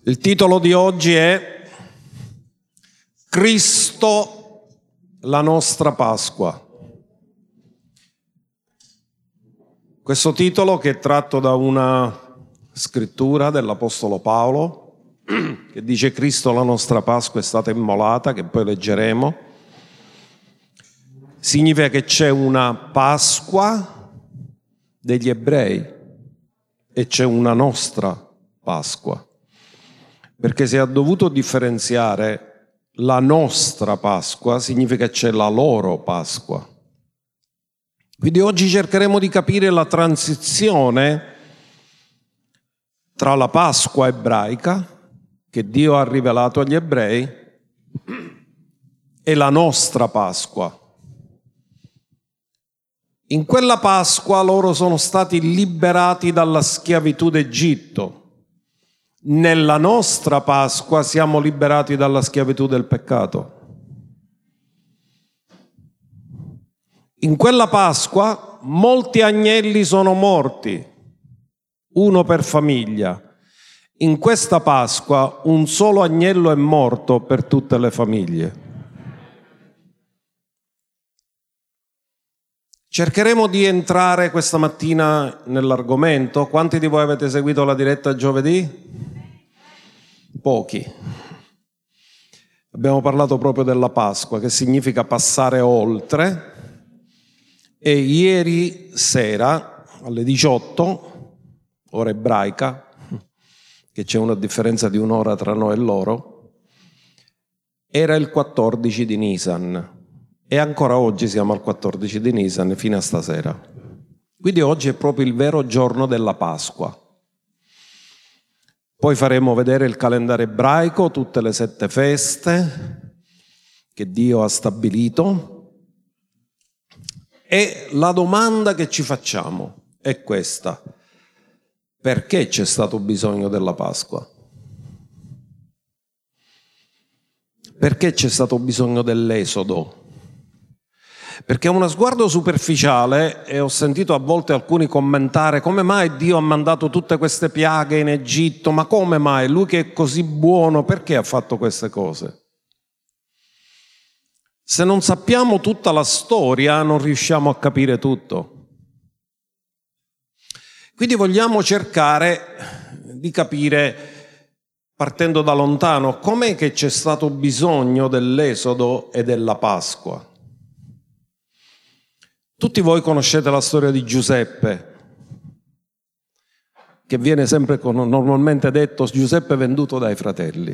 Il titolo di oggi è Cristo, la nostra Pasqua. Questo titolo, che è tratto da una scrittura dell'Apostolo Paolo, che dice Cristo, la nostra Pasqua è stata immolata, che poi leggeremo, significa che c'è una Pasqua degli ebrei e c'è una nostra Pasqua. Perché se ha dovuto differenziare la nostra Pasqua, significa che c'è la loro Pasqua. Quindi oggi cercheremo di capire la transizione tra la Pasqua ebraica, che Dio ha rivelato agli ebrei, e la nostra Pasqua. In quella Pasqua loro sono stati liberati dalla schiavitù d'Egitto. Nella nostra Pasqua siamo liberati dalla schiavitù del peccato. In quella Pasqua molti agnelli sono morti, uno per famiglia. In questa Pasqua un solo agnello è morto per tutte le famiglie. Cercheremo di entrare questa mattina nell'argomento. Quanti di voi avete seguito la diretta giovedì? Pochi. Abbiamo parlato proprio della Pasqua, che significa passare oltre, e ieri sera alle 18, ora ebraica, che c'è una differenza di un'ora tra noi e loro, era il 14 di Nisan e ancora oggi siamo al 14 di Nisan fino a stasera. Quindi oggi è proprio il vero giorno della Pasqua. Poi faremo vedere il calendario ebraico, tutte le 7 feste che Dio ha stabilito. E la domanda che ci facciamo è questa: perché c'è stato bisogno della Pasqua? Perché c'è stato bisogno dell'Esodo? Perché a uno sguardo superficiale, e ho sentito a volte alcuni commentare come mai Dio ha mandato tutte queste piaghe in Egitto, ma come mai? Lui che è così buono, perché ha fatto queste cose? Se non sappiamo tutta la storia non riusciamo a capire tutto. Quindi vogliamo cercare di capire, partendo da lontano, com'è che c'è stato bisogno dell'Esodo e della Pasqua. Tutti voi conoscete la storia di Giuseppe, che viene sempre normalmente detto Giuseppe venduto dai fratelli.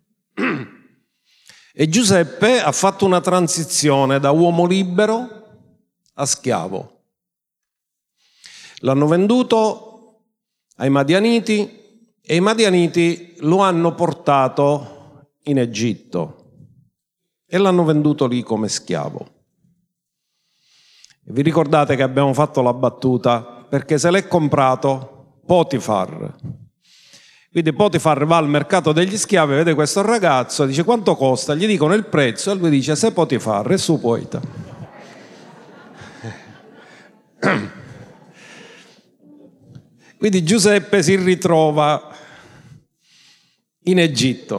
E Giuseppe ha fatto una transizione da uomo libero a schiavo. L'hanno venduto ai Madianiti e i Madianiti lo hanno portato in Egitto e l'hanno venduto lì come schiavo. Vi ricordate che abbiamo fatto la battuta perché se l'è comprato Potifar. Quindi Potifar va al mercato degli schiavi, vede questo ragazzo, dice quanto costa, gli dicono il prezzo e lui dice se Potifar è su poeta. Quindi Giuseppe si ritrova in Egitto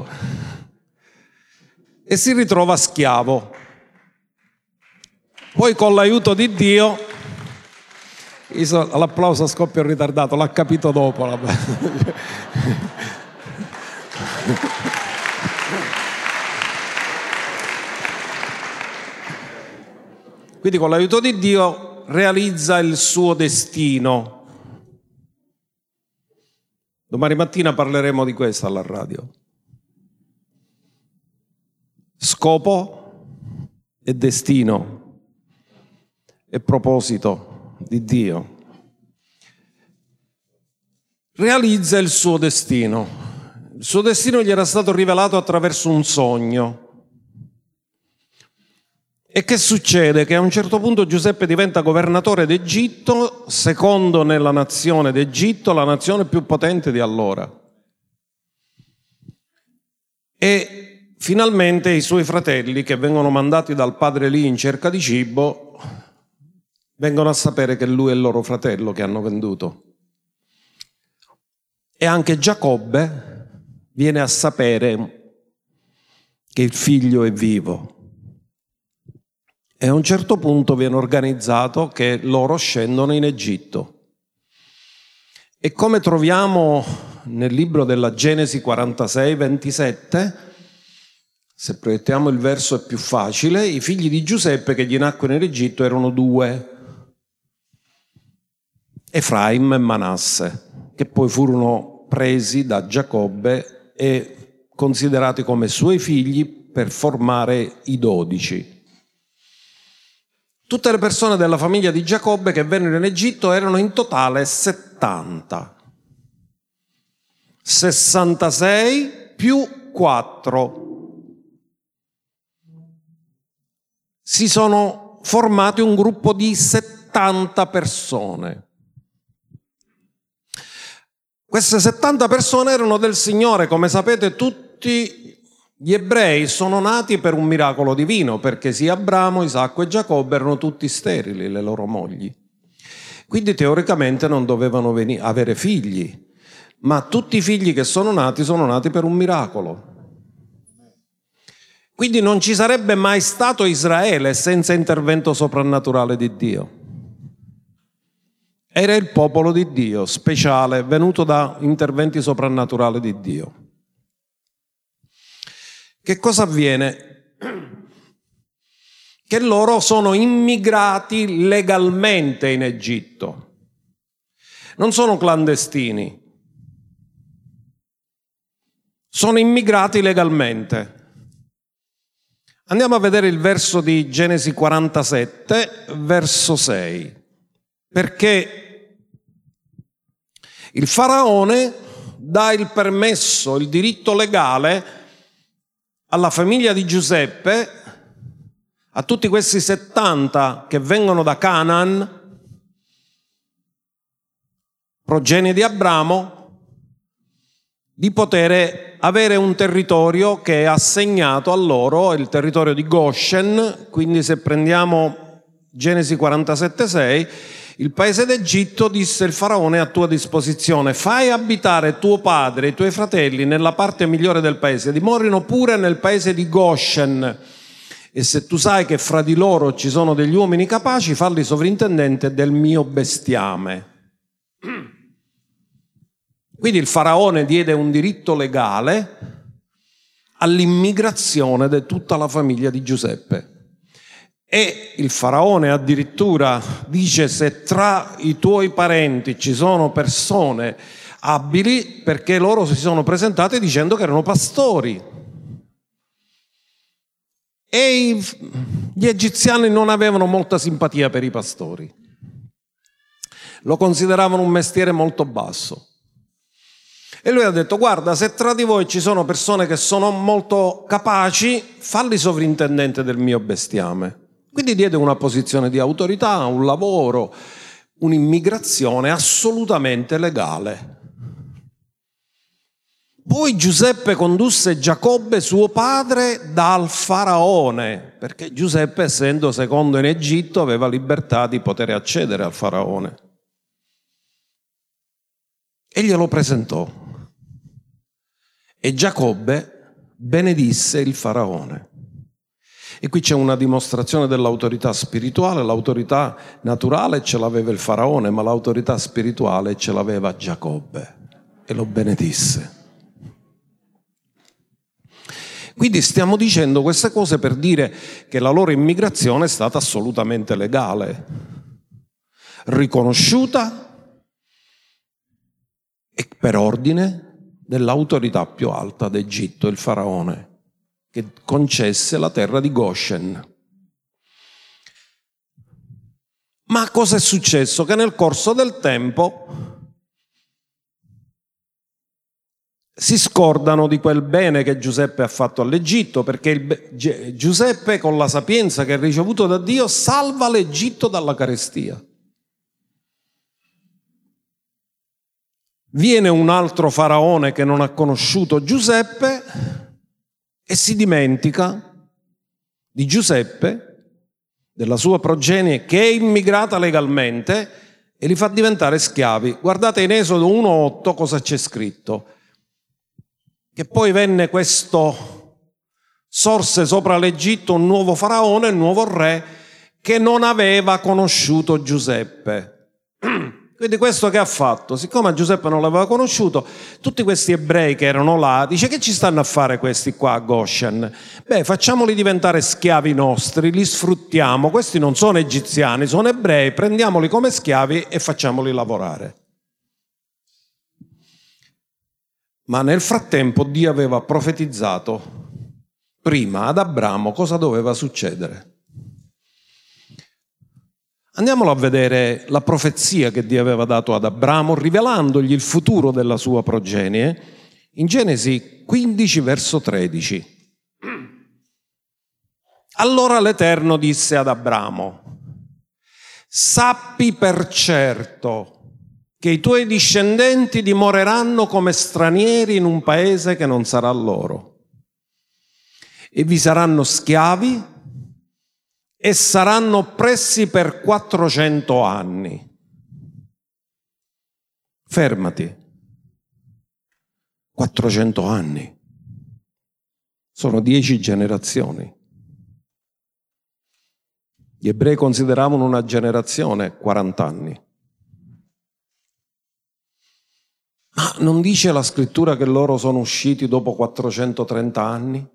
e si ritrova schiavo. Poi con l'aiuto di Dio, l'applauso a scoppio ritardato, l'ha capito dopo. Quindi con l'aiuto di Dio realizza il suo destino. Domani mattina parleremo di questo alla radio. Scopo e destino e proposito di Dio. Realizza il suo destino. Il suo destino gli era stato rivelato attraverso un sogno. E che succede? Che a un certo punto Giuseppe diventa governatore d'Egitto, secondo nella nazione d'Egitto, la nazione più potente di allora. E finalmente i suoi fratelli, che vengono mandati dal padre lì in cerca di cibo, vengono a sapere che lui è il loro fratello che hanno venduto. E anche Giacobbe viene a sapere che il figlio è vivo. E a un certo punto viene organizzato che loro scendono in Egitto. E come troviamo nel libro della Genesi 46, 27, se proiettiamo il verso è più facile, i figli di Giuseppe che gli nacquero in Egitto erano 2, Efraim e Manasse, che poi furono presi da Giacobbe e considerati come suoi figli per formare i 12. Tutte le persone della famiglia di Giacobbe che vennero in Egitto erano in totale 70. 66 più 4. Si sono formati un gruppo di 70 persone. Queste 70 persone erano del Signore. Come sapete, tutti gli ebrei sono nati per un miracolo divino, perché sia Abramo, Isacco e Giacobbe erano tutti sterili, le loro mogli. Quindi teoricamente non dovevano avere figli, ma tutti i figli che sono nati per un miracolo. Quindi non ci sarebbe mai stato Israele senza intervento soprannaturale di Dio. Era il popolo di Dio, speciale, venuto da interventi soprannaturali di Dio. Che cosa avviene? Che loro sono immigrati legalmente in Egitto. Non sono clandestini. Sono immigrati legalmente. Andiamo a vedere il verso di Genesi 47, verso 6. Perché il faraone dà il permesso, il diritto legale alla famiglia di Giuseppe, a tutti questi 70 che vengono da Canaan, progenie di Abramo, di poter avere un territorio che è assegnato a loro, il territorio di Goshen. Quindi se prendiamo Genesi 47,6, il paese d'Egitto disse il faraone a tua disposizione: fai abitare tuo padre e i tuoi fratelli nella parte migliore del paese, dimorino pure nel paese di Goshen, e se tu sai che fra di loro ci sono degli uomini capaci, falli sovrintendente del mio bestiame. Quindi il faraone diede un diritto legale all'immigrazione di tutta la famiglia di Giuseppe. E il faraone addirittura dice: se tra i tuoi parenti ci sono persone abili, perché loro si sono presentate dicendo che erano pastori. E gli egiziani non avevano molta simpatia per i pastori. Lo consideravano un mestiere molto basso. E lui ha detto: guarda, se tra di voi ci sono persone che sono molto capaci, falli sovrintendente del mio bestiame. Quindi diede una posizione di autorità, un lavoro, un'immigrazione assolutamente legale. Poi Giuseppe condusse Giacobbe suo padre dal faraone, perché Giuseppe, essendo secondo in Egitto, aveva libertà di poter accedere al faraone. E glielo presentò. E Giacobbe benedisse il faraone. E qui c'è una dimostrazione dell'autorità spirituale. L'autorità naturale ce l'aveva il faraone, ma l'autorità spirituale ce l'aveva Giacobbe e lo benedisse. Quindi stiamo dicendo queste cose per dire che la loro immigrazione è stata assolutamente legale, riconosciuta e per ordine dell'autorità più alta d'Egitto, il faraone, che concesse la terra di Goshen. Ma cosa è successo? Che nel corso del tempo si scordano di quel bene che Giuseppe ha fatto all'Egitto, perché Giuseppe, con la sapienza che ha ricevuto da Dio, salva l'Egitto dalla carestia. Viene un altro faraone che non ha conosciuto Giuseppe e si dimentica di Giuseppe, della sua progenie che è immigrata legalmente, e li fa diventare schiavi. Guardate in Esodo 1,8 cosa c'è scritto. che poi venne sorse sopra l'Egitto un nuovo faraone, il nuovo re, che non aveva conosciuto Giuseppe. Quindi questo che ha fatto? Siccome Giuseppe non l'aveva conosciuto, tutti questi ebrei che erano là, dice: che ci stanno a fare questi qua a Goshen? Beh, facciamoli diventare schiavi nostri, li sfruttiamo, questi non sono egiziani, sono ebrei, prendiamoli come schiavi e facciamoli lavorare. Ma nel frattempo Dio aveva profetizzato prima ad Abramo cosa doveva succedere. Andiamolo a vedere la profezia che Dio aveva dato ad Abramo, rivelandogli il futuro della sua progenie, in Genesi 15, verso 13. Allora l'Eterno disse ad Abramo: sappi per certo che i tuoi discendenti dimoreranno come stranieri in un paese che non sarà loro, e vi saranno schiavi e saranno oppressi per 400 anni. Fermati. 400 anni. Sono 10 generazioni. Gli ebrei consideravano una generazione 40 anni. Ma non dice la scrittura che loro sono usciti dopo 430 anni?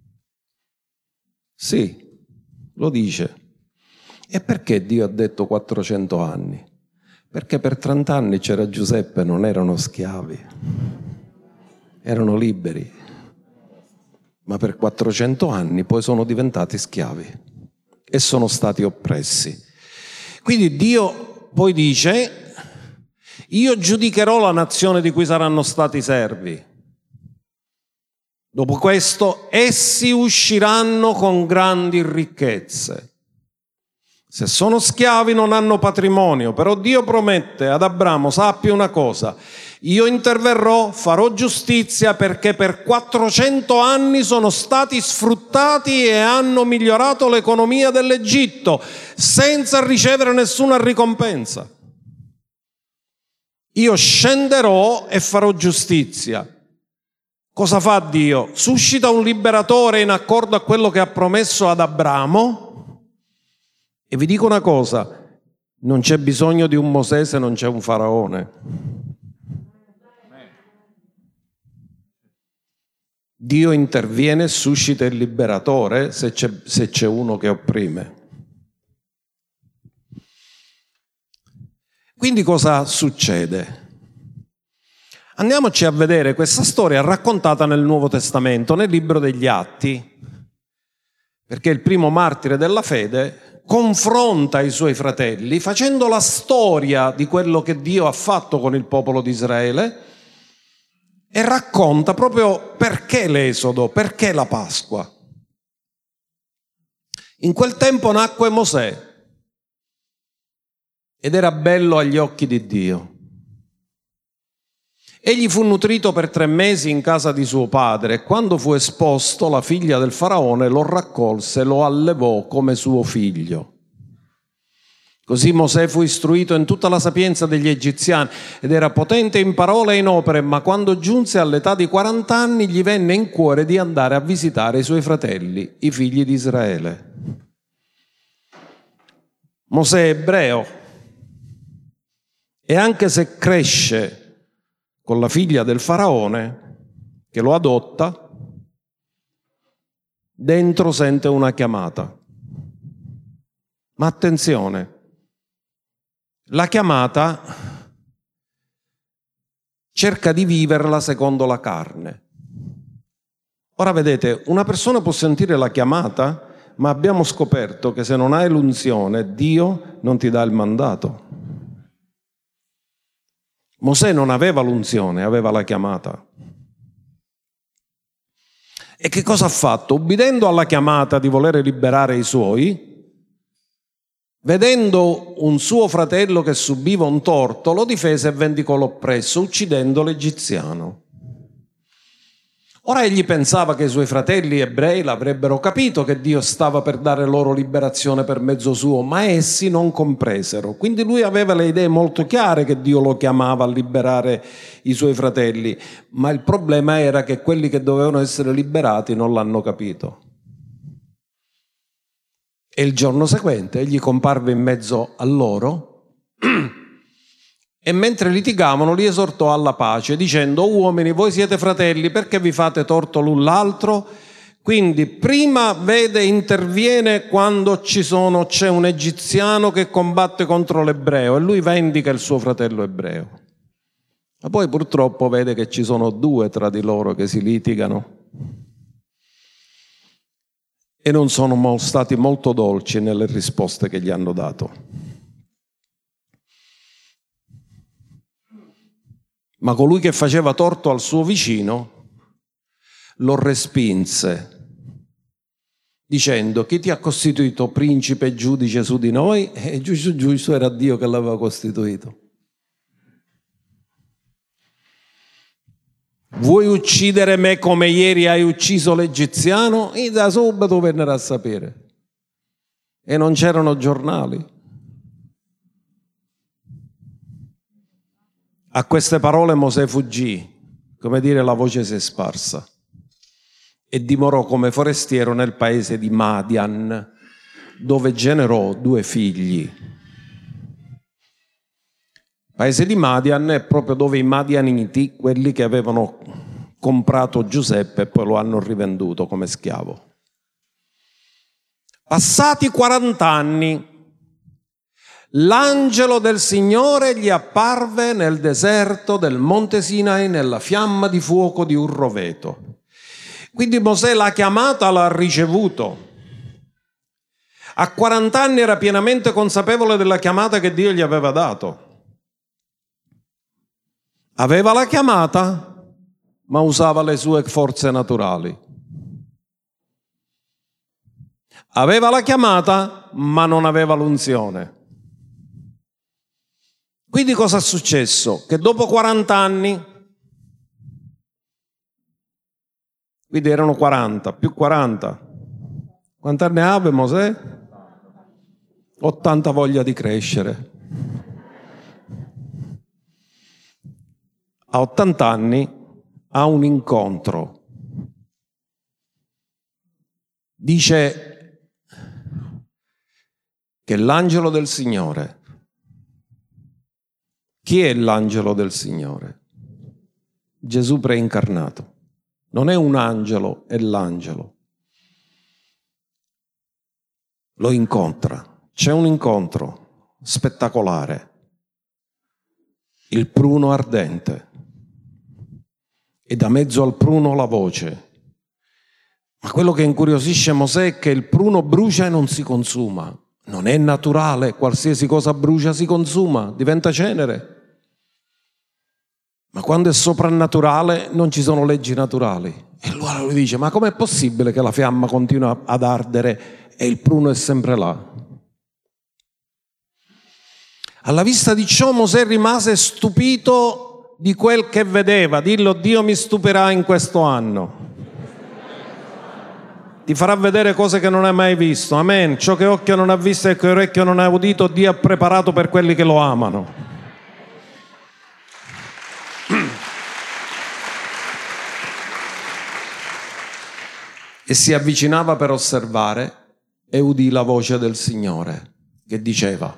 Sì. Lo dice. E perché Dio ha detto 400 anni? Perché per 30 anni c'era Giuseppe, non erano schiavi, erano liberi. Ma per 400 anni poi sono diventati schiavi e sono stati oppressi. Quindi Dio poi dice: io giudicherò la nazione di cui saranno stati servi. Dopo questo, essi usciranno con grandi ricchezze. Se sono schiavi non hanno patrimonio, però Dio promette ad Abramo: sappi una cosa, io interverrò, farò giustizia, perché per 400 anni sono stati sfruttati e hanno migliorato l'economia dell'Egitto senza ricevere nessuna ricompensa. Io scenderò e farò giustizia. Cosa fa Dio? Suscita un liberatore in accordo a quello che ha promesso ad Abramo. E vi dico una cosa: non c'è bisogno di un Mosè se non c'è un faraone. Dio interviene e suscita il liberatore se c'è uno che opprime. Quindi cosa succede? Andiamoci a vedere questa storia raccontata nel Nuovo Testamento, nel libro degli Atti, perché il primo martire della fede confronta i suoi fratelli facendo la storia di quello che Dio ha fatto con il popolo di Israele e racconta proprio perché l'Esodo, perché la Pasqua. In quel tempo nacque Mosè ed era bello agli occhi di Dio. Egli fu nutrito per 3 mesi in casa di suo padre e quando fu esposto la figlia del faraone lo raccolse e lo allevò come suo figlio. Così Mosè fu istruito in tutta la sapienza degli egiziani ed era potente in parole e in opere, ma quando giunse all'età di 40 anni gli venne in cuore di andare a visitare i suoi fratelli, i figli di Israele. Mosè è ebreo e anche se cresce con la figlia del faraone che lo adotta, dentro sente una chiamata. Ma attenzione, la chiamata cerca di viverla secondo la carne. Ora vedete, una persona può sentire la chiamata, ma abbiamo scoperto che se non hai l'unzione, Dio non ti dà il mandato. Mosè non aveva l'unzione, aveva la chiamata. E che cosa ha fatto? Ubbidendo alla chiamata di volere liberare i suoi, vedendo un suo fratello che subiva un torto, lo difese e vendicò l'oppresso, uccidendo l'egiziano. Ora egli pensava che i suoi fratelli ebrei l'avrebbero capito che Dio stava per dare loro liberazione per mezzo suo, ma essi non compresero. Quindi lui aveva le idee molto chiare che Dio lo chiamava a liberare i suoi fratelli, ma il problema era che quelli che dovevano essere liberati non l'hanno capito. E il giorno seguente egli comparve in mezzo a loro e mentre litigavano li esortò alla pace, dicendo: uomini, voi siete fratelli, perché vi fate torto l'un l'altro? Quindi prima interviene quando c'è un egiziano che combatte contro l'ebreo e lui vendica il suo fratello ebreo. Ma poi purtroppo vede che ci sono due tra di loro che si litigano e non sono stati molto dolci nelle risposte che gli hanno dato. Ma colui che faceva torto al suo vicino lo respinse, dicendo: chi ti ha costituito principe e giudice su di noi? E giusto era Dio che l'aveva costituito. Vuoi uccidere me come ieri hai ucciso l'egiziano? E da subito vennero a sapere. E non c'erano giornali. A queste parole Mosè fuggì, come dire, la voce si è sparsa, e dimorò come forestiero nel paese di Madian, dove generò 2 figli. Il paese di Madian è proprio dove i Madianiti, quelli che avevano comprato Giuseppe e poi lo hanno rivenduto come schiavo. Passati 40 anni, l'angelo del Signore gli apparve nel deserto del Monte Sinai nella fiamma di fuoco di un roveto. Quindi Mosè l'ha chiamata, l'ha ricevuto. A 40 anni era pienamente consapevole della chiamata che Dio gli aveva dato. Aveva la chiamata, ma usava le sue forze naturali. Aveva la chiamata, ma non aveva l'unzione. Quindi cosa è successo? Che dopo 40 anni, quindi erano 40, più 40, quanti anni aveva Mosè? 80 voglia di crescere. A 80 anni ha un incontro. Dice che l'angelo del Signore. Chi è l'angelo del Signore? Gesù preincarnato. Non è un angelo, è l'angelo. Lo incontra. C'è un incontro spettacolare. Il pruno ardente. E da mezzo al pruno la voce. Ma quello che incuriosisce Mosè è che il pruno brucia e non si consuma. Non è naturale, qualsiasi cosa brucia si consuma, diventa cenere. Ma quando è soprannaturale non ci sono leggi naturali. E allora lui dice: ma com'è possibile che la fiamma continua ad ardere e il pruno è sempre là? Alla vista di ciò Mosè rimase stupito di quel che vedeva. Dillo: Dio mi stupirà in questo anno. Ti farà vedere cose che non hai mai visto. Amen. Ciò che occhio non ha visto e che orecchio non ha udito, Dio ha preparato per quelli che lo amano. E si avvicinava per osservare e udì la voce del Signore che diceva.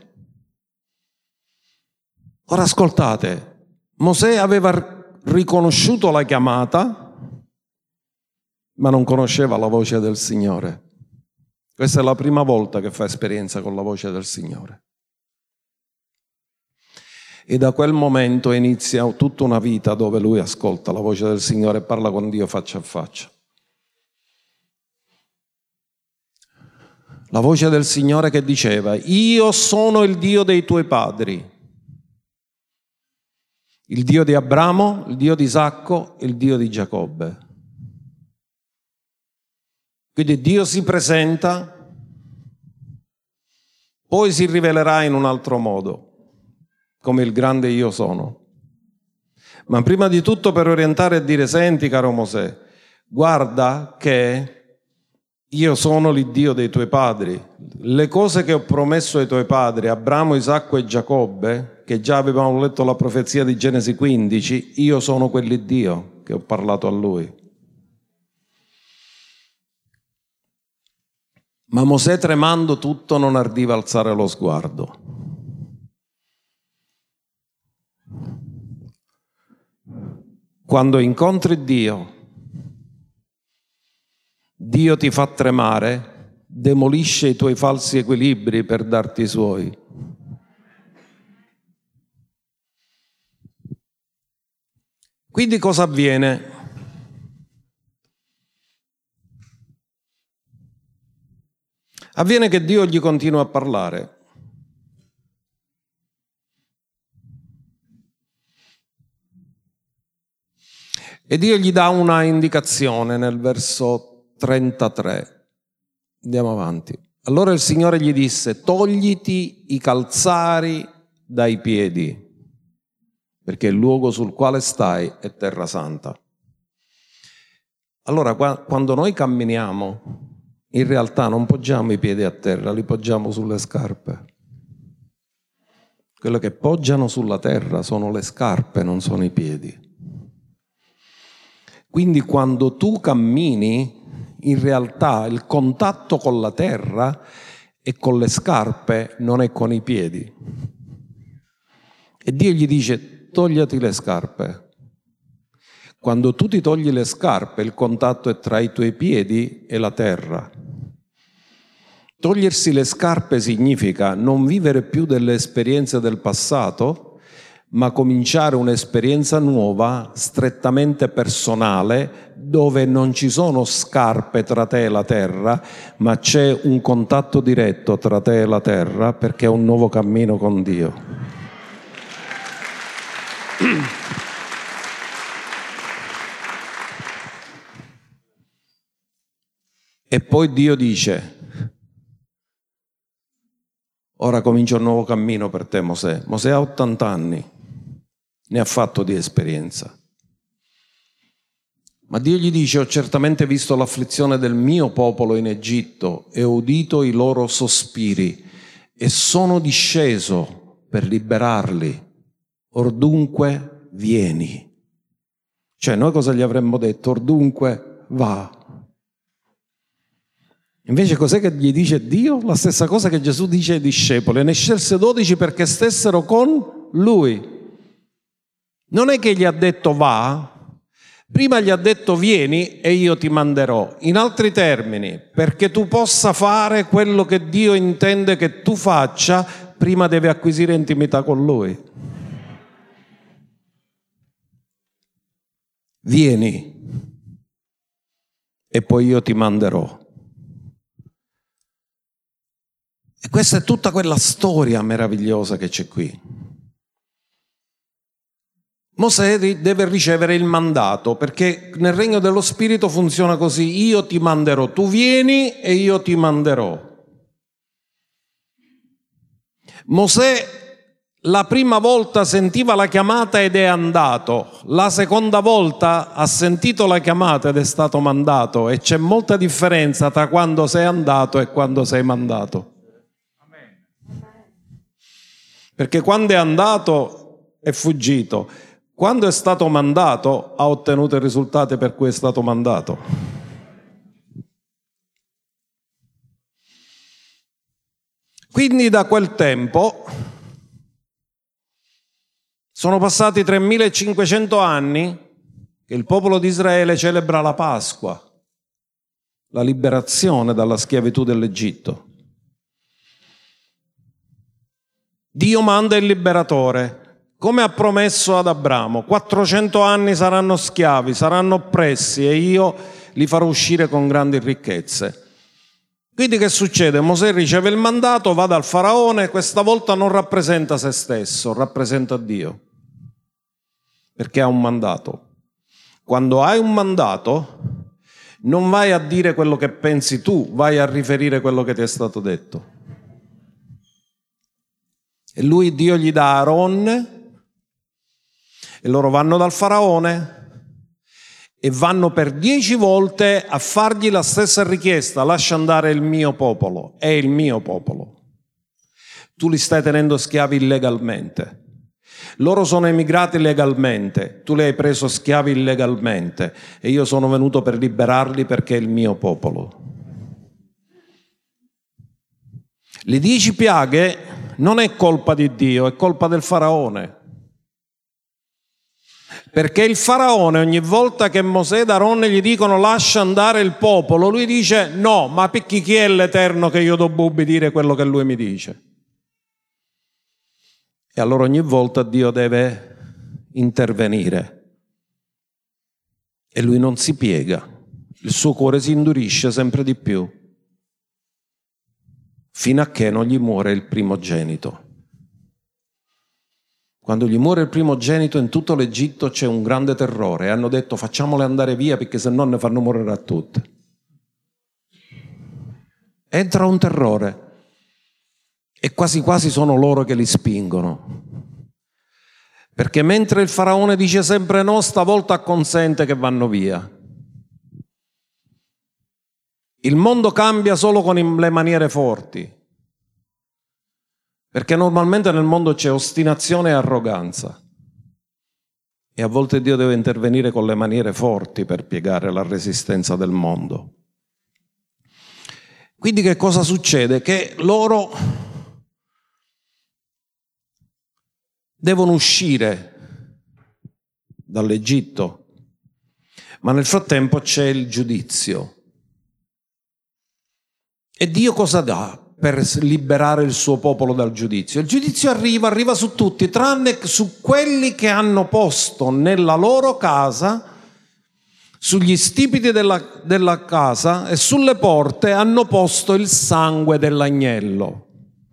Ora ascoltate, Mosè aveva riconosciuto la chiamata, ma non conosceva la voce del Signore. Questa è la prima volta che fa esperienza con la voce del Signore. E da quel momento inizia tutta una vita dove lui ascolta la voce del Signore e parla con Dio faccia a faccia. La voce del Signore che diceva: io sono il Dio dei tuoi padri, il Dio di Abramo, il Dio di Isacco, il Dio di Giacobbe. Quindi Dio si presenta, poi si rivelerà in un altro modo, come il grande io sono. Ma prima di tutto per orientare e dire: senti caro Mosè, guarda che io sono l'Iddio dei tuoi padri. Le cose che ho promesso ai tuoi padri, Abramo, Isacco e Giacobbe, che già avevamo letto la profezia di Genesi 15, io sono quell'Iddio che ho parlato a lui. Ma Mosè, tremando tutto, non ardiva alzare lo sguardo. Quando incontri Dio, Dio ti fa tremare, demolisce i tuoi falsi equilibri per darti i suoi. Quindi cosa avviene? Avviene che Dio gli continua a parlare. E Dio gli dà una indicazione nel verso 33. Andiamo avanti. Allora il Signore gli disse: togliti i calzari dai piedi, perché il luogo sul quale stai è terra santa. Allora, quando noi camminiamo, in realtà non poggiamo i piedi a terra, li poggiamo sulle scarpe. Quello che poggiano sulla terra sono le scarpe, non sono i piedi. Quindi quando tu cammini, in realtà il contatto con la terra e con le scarpe non è con i piedi. E Dio gli dice: togliati le scarpe. Quando tu ti togli le scarpe, il contatto è tra i tuoi piedi e la terra. Togliersi le scarpe significa non vivere più delle esperienze del passato, ma cominciare un'esperienza nuova, strettamente personale, dove non ci sono scarpe tra te e la terra, ma c'è un contatto diretto tra te e la terra, perché è un nuovo cammino con Dio. E poi Dio dice: ora comincia un nuovo cammino per te, Mosè. Mosè ha 80 anni. Ne ha fatto di esperienza. Ma Dio gli dice: ho certamente visto l'afflizione del mio popolo in Egitto e ho udito i loro sospiri e sono disceso per liberarli. Or dunque vieni. Cioè, noi cosa gli avremmo detto? Or dunque va. Invece cos'è che gli dice Dio? La stessa cosa che Gesù dice ai discepoli. Ne scelse 12 perché stessero con Lui. Non è che gli ha detto va, prima gli ha detto vieni e io ti manderò. In altri termini, perché tu possa fare quello che Dio intende che tu faccia, prima devi acquisire intimità con Lui. Vieni e poi io ti manderò. E questa è tutta quella storia meravigliosa che c'è qui. Mosè deve ricevere il mandato, perché nel regno dello Spirito funziona così: io ti manderò, tu vieni e io ti manderò. Mosè la prima volta sentiva la chiamata ed è andato, la seconda volta ha sentito la chiamata ed è stato mandato, e c'è molta differenza tra quando sei andato e quando sei mandato. Perché quando è andato è fuggito. Quando è stato mandato ha ottenuto i risultati per cui è stato mandato. Quindi da quel tempo sono passati 3500 anni che il popolo di Israele celebra la Pasqua, la liberazione dalla schiavitù dell'Egitto. Dio manda il liberatore. Come ha promesso ad Abramo, 400 anni saranno schiavi, saranno oppressi e io li farò uscire con grandi ricchezze. Quindi che succede? Mosè riceve il mandato, va dal faraone, questa volta non rappresenta se stesso, rappresenta Dio, perché ha un mandato. Quando hai un mandato, non vai a dire quello che pensi tu, vai a riferire quello che ti è stato detto. E lui, Dio gli dà Aaron, e loro vanno dal faraone e vanno per 10 volte a fargli la stessa richiesta: lascia andare il mio popolo, è il mio popolo. Tu li stai tenendo schiavi illegalmente. Loro sono emigrati legalmente, tu li hai preso schiavi illegalmente e io sono venuto per liberarli perché è il mio popolo. Le 10 piaghe non è colpa di Dio, è colpa del faraone. Perché il faraone, ogni volta che Mosè ed Aronne gli dicono lascia andare il popolo, lui dice no, ma perché chi è l'Eterno che io devo obbedire quello che lui mi dice? E allora ogni volta Dio deve intervenire e lui non si piega, il suo cuore si indurisce sempre di più fino a che non gli muore il primogenito. Quando gli muore il primogenito in tutto l'Egitto c'è un grande terrore e hanno detto facciamole andare via perché se no ne fanno morire a tutte. Entra un terrore e quasi quasi sono loro che li spingono. Perché mentre il faraone dice sempre no, stavolta acconsente che vanno via. Il mondo cambia solo con le maniere forti. Perché normalmente nel mondo c'è ostinazione e arroganza. E a volte Dio deve intervenire con le maniere forti per piegare la resistenza del mondo. Quindi che cosa succede? Che loro devono uscire dall'Egitto, ma nel frattempo c'è il giudizio. E Dio cosa dà per liberare il suo popolo dal giudizio? Il giudizio arriva su tutti, tranne su quelli che hanno posto nella loro casa, sugli stipiti della casa e sulle porte hanno posto il sangue dell'agnello.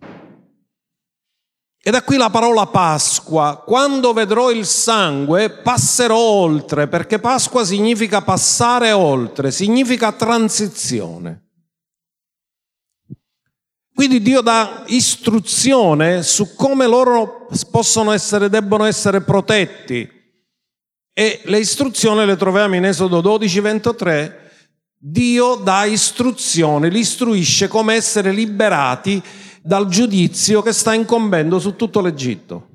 E da qui la parola Pasqua: quando vedrò il sangue passerò oltre, perché Pasqua significa passare oltre, significa transizione. Quindi Dio dà istruzione su come loro debbono essere protetti. E le istruzioni le troviamo in Esodo 12:23. Dio dà istruzioni, li istruisce come essere liberati dal giudizio che sta incombendo su tutto l'Egitto.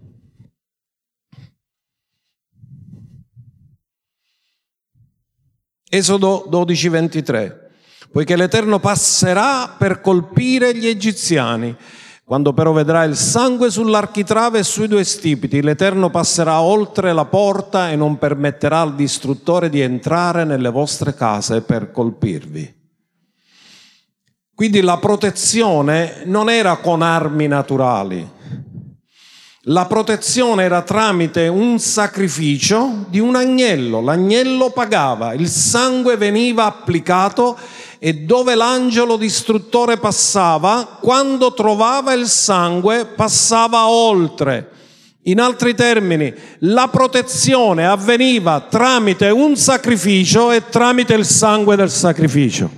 Esodo 12:23. Poiché l'Eterno passerà per colpire gli egiziani. Quando però vedrà il sangue sull'architrave e sui 2 stipiti, l'Eterno passerà oltre la porta e non permetterà al distruttore di entrare nelle vostre case per colpirvi. Quindi la protezione non era con armi naturali. La protezione era tramite un sacrificio di un agnello. L'agnello pagava, il sangue veniva applicato e dove l'angelo distruttore passava, quando trovava il sangue passava oltre. In altri termini, la protezione avveniva tramite un sacrificio e tramite il sangue del sacrificio.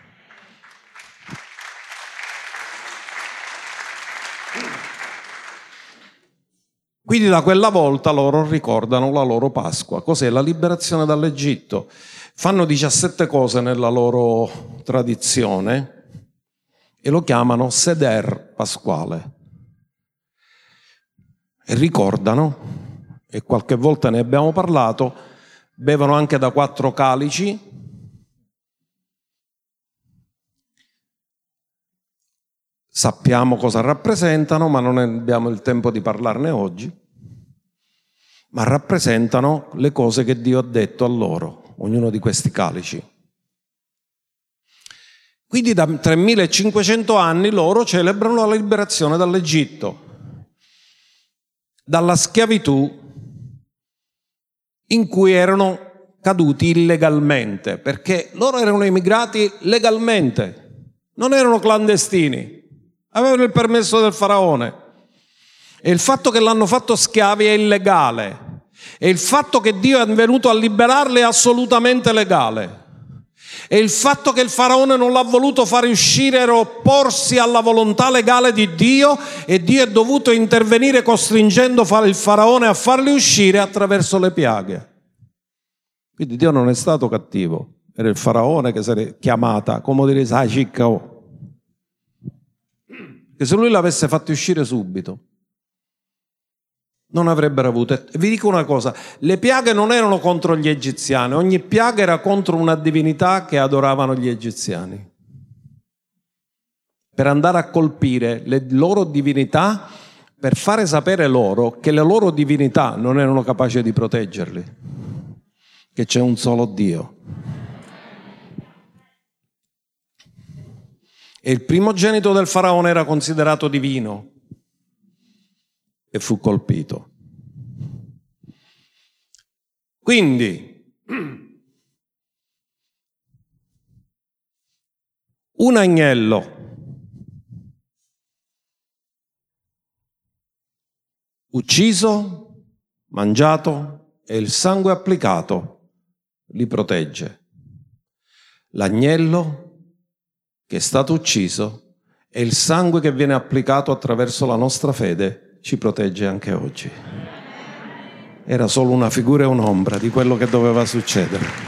Quindi da quella volta loro ricordano la loro Pasqua. Cos'è? La liberazione dall'Egitto. Fanno 17 cose nella loro tradizione e lo chiamano Seder pasquale. E ricordano, e qualche volta ne abbiamo parlato, bevono anche da 4 calici. Sappiamo cosa rappresentano, ma non abbiamo il tempo di parlarne oggi. Ma rappresentano le cose che Dio ha detto a loro, ognuno di questi calici. Quindi da 3500 anni loro celebrano la liberazione dall'Egitto, dalla schiavitù in cui erano caduti illegalmente, perché loro erano emigrati legalmente, non erano clandestini, avevano il permesso del faraone. E il fatto che l'hanno fatto schiavi è illegale. E il fatto che Dio è venuto a liberarli è assolutamente legale. E il fatto che il faraone non l'ha voluto fare uscire era opporsi alla volontà legale di Dio, e Dio è dovuto intervenire costringendo il faraone a farli uscire attraverso le piaghe. Quindi Dio non è stato cattivo, era il faraone che si era chiamata, come dire, sai ciccao. Che se lui l'avesse fatto uscire subito, non avrebbero avuto. E vi dico una cosa, le piaghe non erano contro gli egiziani, ogni piaga era contro una divinità che adoravano gli egiziani. Per andare a colpire le loro divinità, per fare sapere loro che le loro divinità non erano capaci di proteggerli, che c'è un solo Dio. E il primogenito del faraone era considerato divino e fu colpito. Quindi, un agnello ucciso, mangiato e il sangue applicato li protegge. L'agnello che è stato ucciso e il sangue che viene applicato attraverso la nostra fede ci protegge anche oggi. Era solo una figura e un'ombra di quello che doveva succedere.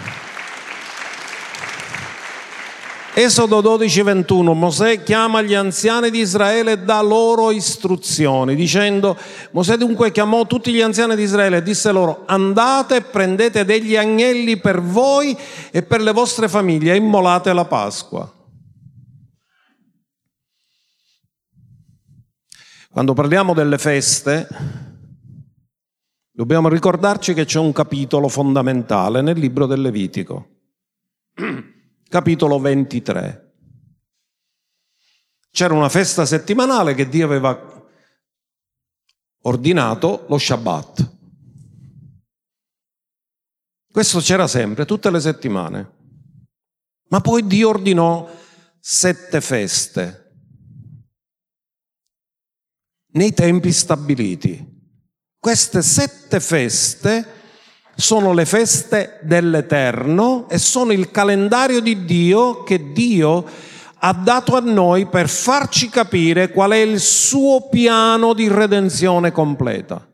Esodo 12:21, Mosè chiama gli anziani di Israele e dà loro istruzioni, dicendo, Mosè dunque chiamò tutti gli anziani di Israele e disse loro, andate e prendete degli agnelli per voi e per le vostre famiglie e immolate la Pasqua. Quando parliamo delle feste, dobbiamo ricordarci che c'è un capitolo fondamentale nel libro del Levitico. Capitolo 23. C'era una festa settimanale che Dio aveva ordinato, lo Shabbat. Questo c'era sempre, tutte le settimane. Ma poi Dio ordinò 7 feste nei tempi stabiliti. Queste 7 feste sono le feste dell'Eterno e sono il calendario di Dio che Dio ha dato a noi per farci capire qual è il suo piano di redenzione completa.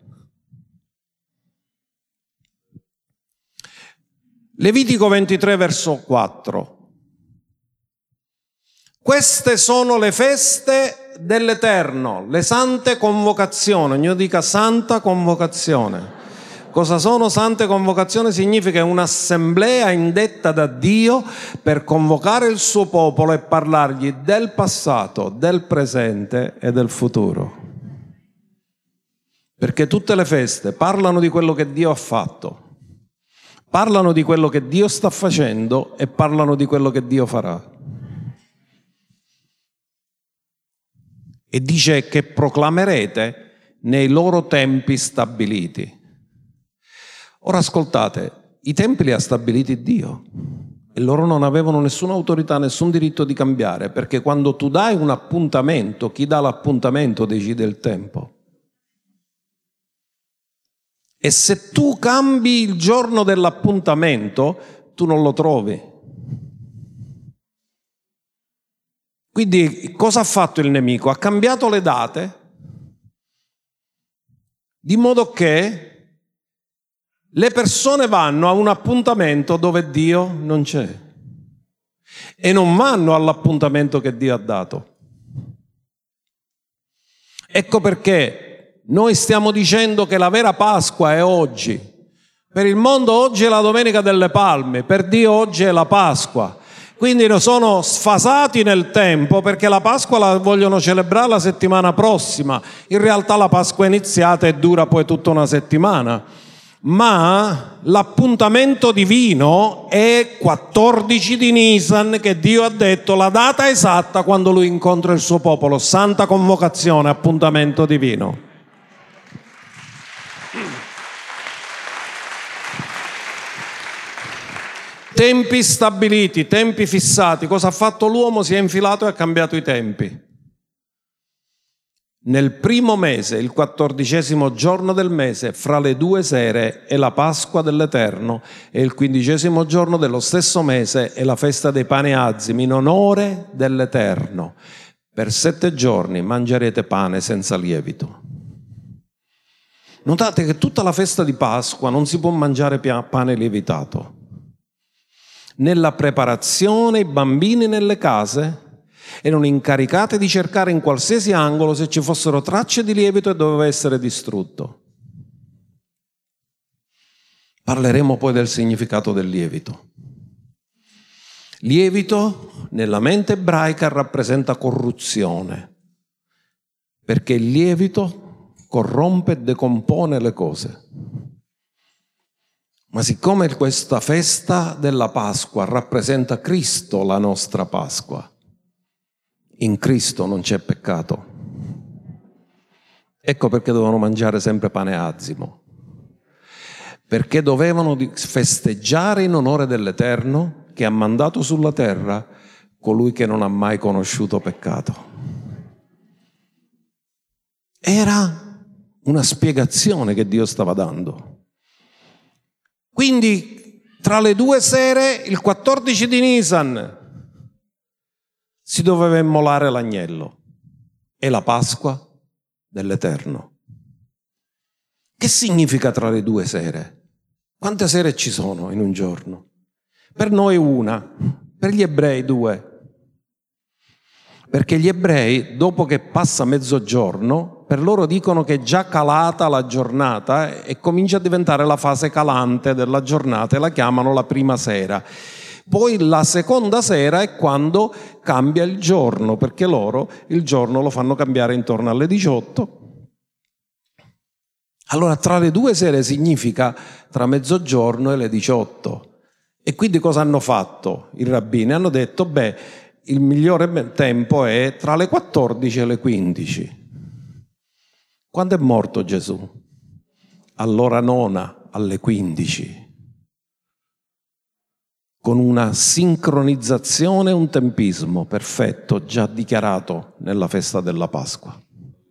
Levitico 23 verso 4. Queste sono le feste dell'Eterno, le sante convocazioni. Ognuno dica santa convocazione. Cosa sono sante convocazioni? Significa un'assemblea indetta da Dio per convocare il suo popolo e parlargli del passato, del presente e del futuro. Perché tutte le feste parlano di quello che Dio ha fatto, parlano di quello che Dio sta facendo e parlano di quello che Dio farà. E dice che proclamerete nei loro tempi stabiliti. Ora ascoltate, i tempi li ha stabiliti Dio e loro non avevano nessuna autorità, nessun diritto di cambiare, perché quando tu dai un appuntamento, chi dà l'appuntamento decide il tempo. E se tu cambi il giorno dell'appuntamento, tu non lo trovi. Quindi cosa ha fatto il nemico? Ha cambiato le date, di modo che le persone vanno a un appuntamento dove Dio non c'è e non vanno all'appuntamento che Dio ha dato. Ecco perché noi stiamo dicendo che la vera Pasqua è oggi. Per il mondo oggi è la Domenica delle Palme, per Dio oggi è la Pasqua. Quindi sono sfasati nel tempo perché la Pasqua la vogliono celebrare la settimana prossima. In realtà la Pasqua è iniziata e dura poi tutta una settimana. Ma l'appuntamento divino è 14 di Nisan, che Dio ha detto la data esatta quando Lui incontra il suo popolo. Santa convocazione, appuntamento divino. Tempi stabiliti, tempi fissati. Cosa ha fatto l'uomo? Si è infilato e ha cambiato i tempi. Nel primo mese, il 14° giorno del mese, fra le 2 sere è la Pasqua dell'Eterno e il 15° giorno dello stesso mese è la festa dei pani azimi in onore dell'Eterno. Per 7 giorni mangerete pane senza lievito. Notate che tutta la festa di Pasqua non si può mangiare pane lievitato. nella preparazione, i bambini nelle case erano incaricati di cercare in qualsiasi angolo se ci fossero tracce di lievito e doveva essere distrutto. Parleremo poi del significato del lievito. Lievito nella mente ebraica rappresenta corruzione, perché il lievito corrompe e decompone le cose. Ma siccome questa festa della Pasqua rappresenta Cristo, la nostra Pasqua, in Cristo non c'è peccato. Ecco perché dovevano mangiare sempre pane azimo, perché dovevano festeggiare in onore dell'Eterno che ha mandato sulla terra colui che non ha mai conosciuto peccato. Era una spiegazione che Dio stava dando. Quindi tra le 2 sere, il 14 di Nisan, si doveva immolare l'agnello e la Pasqua dell'Eterno. Che significa tra le 2 sere? Quante sere ci sono in un giorno? Per noi 1, per gli ebrei 2. Perché gli ebrei, dopo che passa mezzogiorno, per loro dicono che è già calata la giornata e comincia a diventare la fase calante della giornata e la chiamano la prima sera. Poi la seconda sera è quando cambia il giorno, perché loro il giorno lo fanno cambiare intorno alle 18. Allora tra le 2 sere significa tra mezzogiorno e le 18. E quindi cosa hanno fatto i rabbini? Hanno detto, il migliore tempo è tra le 14 e le 15. Quando è morto Gesù? All'ora 9, alle 15. Con una sincronizzazione e un tempismo perfetto già dichiarato nella festa della Pasqua.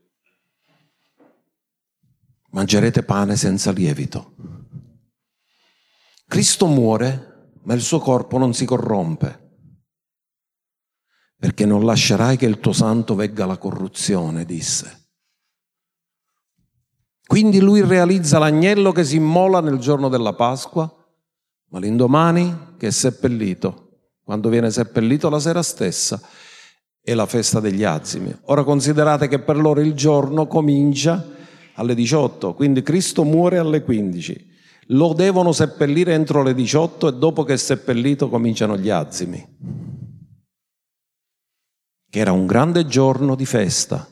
Mangerete pane senza lievito. Cristo muore, ma il suo corpo non si corrompe. Perché non lascerai che il tuo santo vegga la corruzione, disse. Quindi lui realizza l'agnello che si immola nel giorno della Pasqua, ma l'indomani che è seppellito. Quando viene seppellito la sera stessa è la festa degli azimi. Ora considerate che per loro il giorno comincia alle 18, quindi Cristo muore alle 15. Lo devono seppellire entro le 18 e dopo che è seppellito cominciano gli azimi. Che era un grande giorno di festa.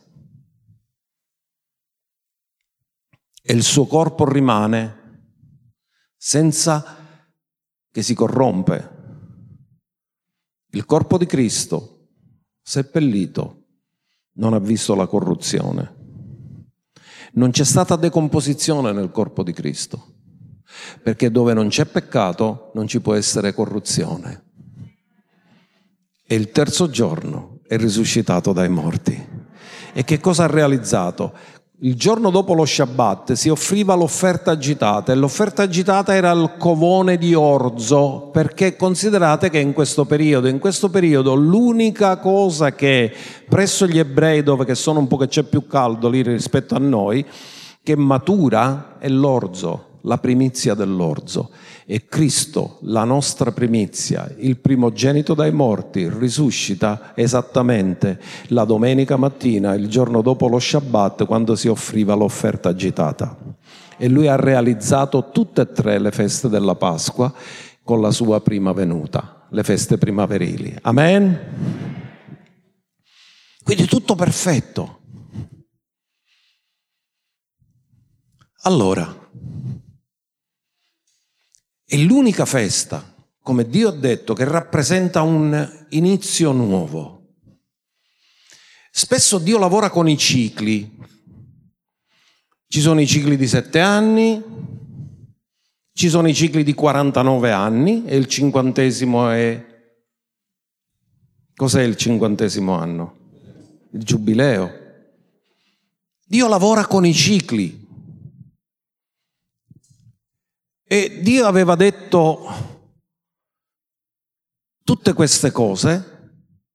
E il suo corpo rimane senza che si corrompe. Il corpo di Cristo, seppellito, non ha visto la corruzione. Non c'è stata decomposizione nel corpo di Cristo, perché dove non c'è peccato non ci può essere corruzione. E il terzo giorno è risuscitato dai morti. E che cosa ha realizzato? Il giorno dopo lo Shabbat si offriva l'offerta agitata e l'offerta agitata era il covone di orzo, perché considerate che in questo periodo l'unica cosa che presso gli ebrei, dove che sono un po' che c'è più caldo lì rispetto a noi, che matura è l'orzo, la primizia dell'orzo. E Cristo, la nostra primizia, il primogenito dai morti, risuscita esattamente la domenica mattina, il giorno dopo lo Shabbat, quando si offriva l'offerta agitata. E lui ha realizzato tutte e 3 le feste della Pasqua con la sua prima venuta, le feste primaverili. Amen? Quindi tutto perfetto. Allora, è l'unica festa, come Dio ha detto, che rappresenta un inizio nuovo. Spesso Dio lavora con i cicli. Ci sono i cicli di 7 anni, ci sono i cicli di 49 anni e il 50° è... Cos'è il 50° anno? Il giubileo. Dio lavora con i cicli. E Dio aveva detto tutte queste cose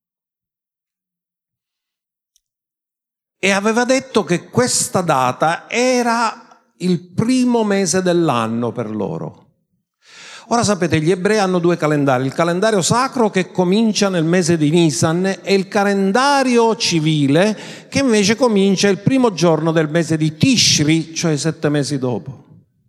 e aveva detto che questa data era il primo mese dell'anno per loro. Ora sapete, gli ebrei hanno due calendari, il calendario sacro che comincia nel mese di Nisan e il calendario civile che invece comincia il primo giorno del mese di Tishri, cioè 7 mesi dopo,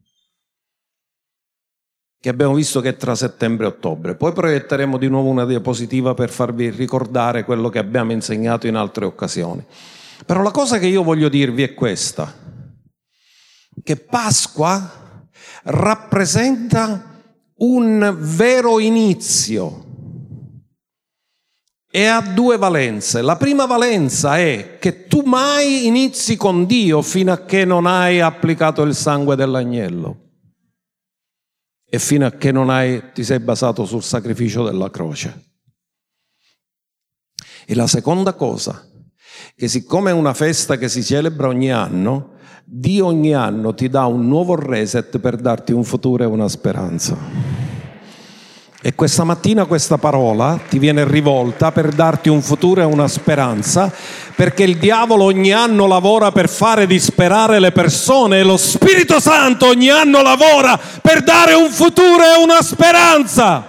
che abbiamo visto che è tra settembre e ottobre. Poi proietteremo di nuovo una diapositiva per farvi ricordare quello che abbiamo insegnato in altre occasioni. Però la cosa che io voglio dirvi è questa, che Pasqua rappresenta un vero inizio e ha due valenze. La prima valenza è che tu mai inizi con Dio fino a che non hai applicato il sangue dell'agnello e fino a che non ti sei basato sul sacrificio della croce. E la seconda cosa, che siccome è una festa che si celebra ogni anno, Dio ogni anno ti dà un nuovo reset per darti un futuro e una speranza. E questa mattina questa parola ti viene rivolta per darti un futuro e una speranza, perché il diavolo ogni anno lavora per fare disperare le persone e lo Spirito Santo ogni anno lavora per dare un futuro e una speranza.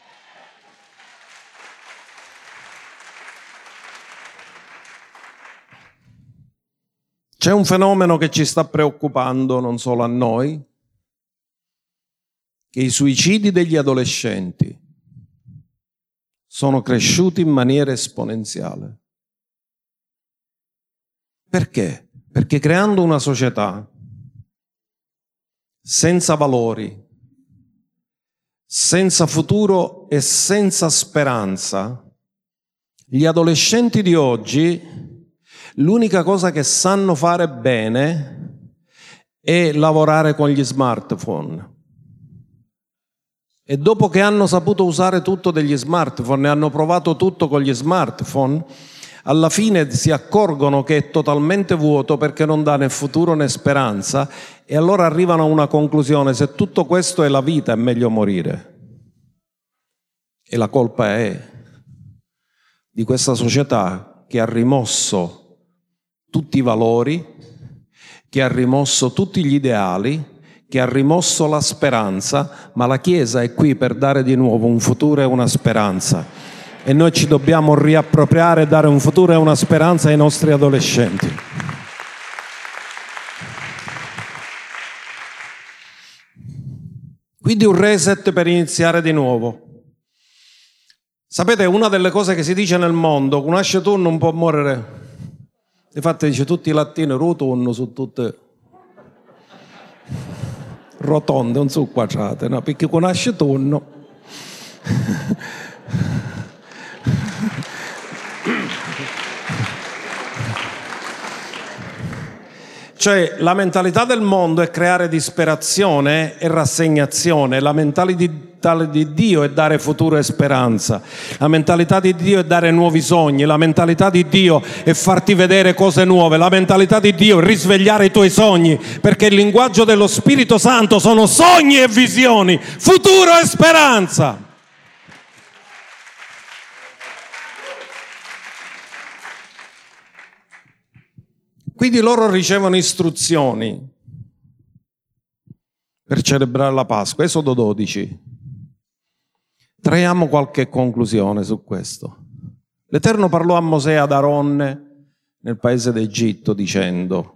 C'è un fenomeno che ci sta preoccupando non solo a noi, che i suicidi degli adolescenti sono cresciuti in maniera esponenziale. Perché? Perché creando una società senza valori, senza futuro e senza speranza, gli adolescenti di oggi l'unica cosa che sanno fare bene è lavorare con gli smartphone. E dopo che hanno saputo usare tutto degli smartphone e hanno provato tutto con gli smartphone, alla fine si accorgono che è totalmente vuoto perché non dà né futuro né speranza e allora arrivano a una conclusione: se tutto questo è la vita è meglio morire. E la colpa è di questa società che ha rimosso tutti i valori, che ha rimosso tutti gli ideali, che ha rimosso la speranza, ma la Chiesa è qui per dare di nuovo un futuro e una speranza. E noi ci dobbiamo riappropriare e dare un futuro e una speranza ai nostri adolescenti. Quindi un reset per iniziare di nuovo. Sapete, una delle cose che si dice nel mondo, un nasce tu non può morire. Infatti dice tutti i latini rotondo su tutte rotonde, non sono quadrate, no? Perché con nasce tonno cioè la mentalità del mondo è creare disperazione e rassegnazione, la mentalità di Dio è dare futuro e speranza, la mentalità di Dio è dare nuovi sogni, la mentalità di Dio è farti vedere cose nuove, la mentalità di Dio è risvegliare i tuoi sogni, perché il linguaggio dello Spirito Santo sono sogni e visioni, futuro e speranza. Quindi loro ricevono istruzioni per celebrare la Pasqua. Esodo 12. Traiamo qualche conclusione su questo. L'Eterno parlò a Mosè e ad Aronne nel paese d'Egitto dicendo: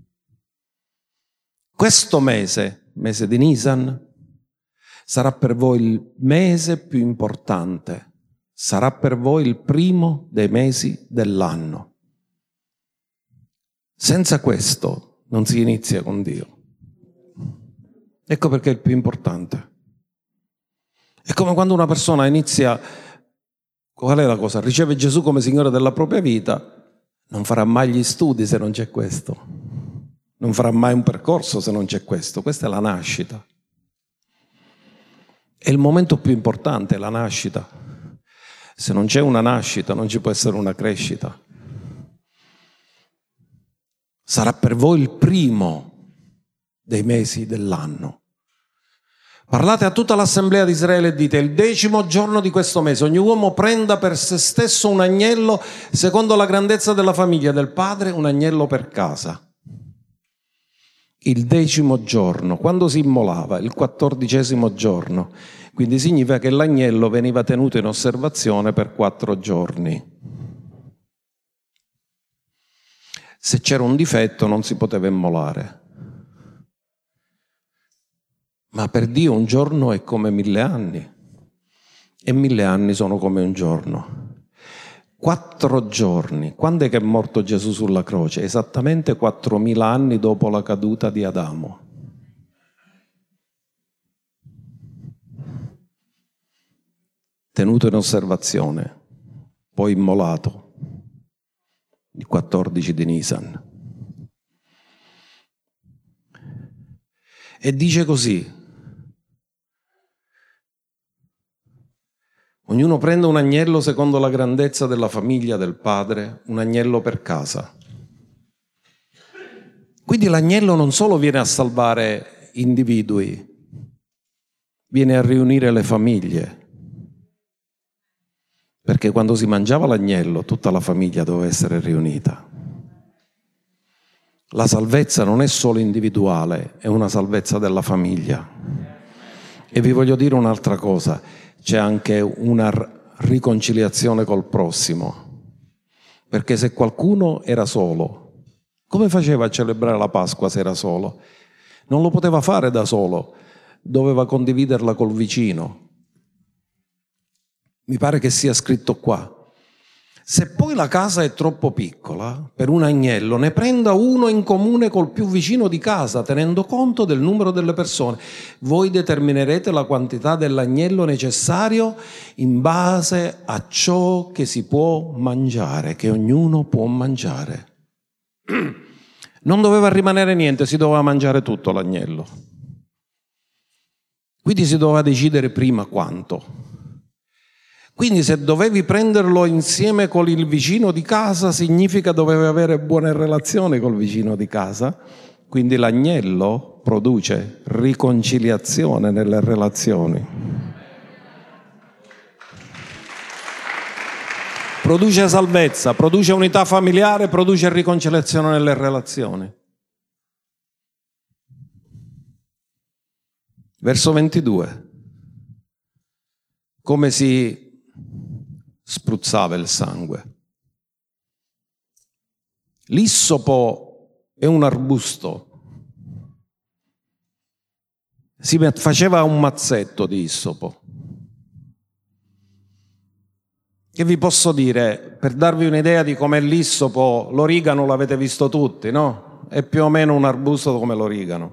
questo mese di Nisan, sarà per voi il mese più importante, sarà per voi il primo dei mesi dell'anno. Senza questo non si inizia con Dio. Ecco perché è il più importante. È come quando una persona inizia, qual è la cosa? Riceve Gesù come Signore della propria vita, non farà mai gli studi se non c'è questo. Non farà mai un percorso se non c'è questo. Questa è la nascita. È il momento più importante, la nascita. Se non c'è una nascita non ci può essere una crescita. Sarà per voi il primo dei mesi dell'anno. Parlate a tutta l'assemblea di Israele e dite: il 10° giorno di questo mese ogni uomo prenda per se stesso un agnello secondo la grandezza della famiglia del padre, un agnello per casa. il 10° giorno, quando si immolava, il 14° giorno. Quindi significa che l'agnello veniva tenuto in osservazione per 4 giorni. Se c'era un difetto non si poteva immolare. Ma per Dio un giorno è come 1000 anni e 1000 anni sono come un giorno. 4 giorni. Quando è che è morto Gesù sulla croce? Esattamente 4000 anni dopo la caduta di Adamo. Tenuto in osservazione, poi immolato il 14 di Nisan. E dice così: ognuno prende un agnello secondo la grandezza della famiglia del padre, un agnello per casa. Quindi l'agnello non solo viene a salvare individui, viene a riunire le famiglie. Perché quando si mangiava l'agnello, tutta la famiglia doveva essere riunita. La salvezza non è solo individuale, è una salvezza della famiglia. E vi voglio dire un'altra cosa, c'è anche una riconciliazione col prossimo. Perché se qualcuno era solo, come faceva a celebrare la Pasqua se era solo? Non lo poteva fare da solo, doveva condividerla col vicino. Mi pare che sia scritto qua. Se poi la casa è troppo piccola per un agnello, ne prenda uno in comune col più vicino di casa, tenendo conto del numero delle persone. Voi determinerete la quantità dell'agnello necessario in base a ciò che si può mangiare, che ognuno può mangiare. Non doveva rimanere niente, si doveva mangiare tutto l'agnello. Quindi si doveva decidere prima quanto. Quindi se dovevi prenderlo insieme con il vicino di casa, significa dovevi avere buone relazioni col vicino di casa. Quindi l'agnello produce riconciliazione nelle relazioni. Produce salvezza, produce unità familiare, produce riconciliazione nelle relazioni. Verso 22. Come si spruzzava il sangue. L'issopo è un arbusto. Si faceva un mazzetto di issopo. Che vi posso dire, per darvi un'idea di com'è l'issopo, l'origano l'avete visto tutti, no? È più o meno un arbusto come l'origano.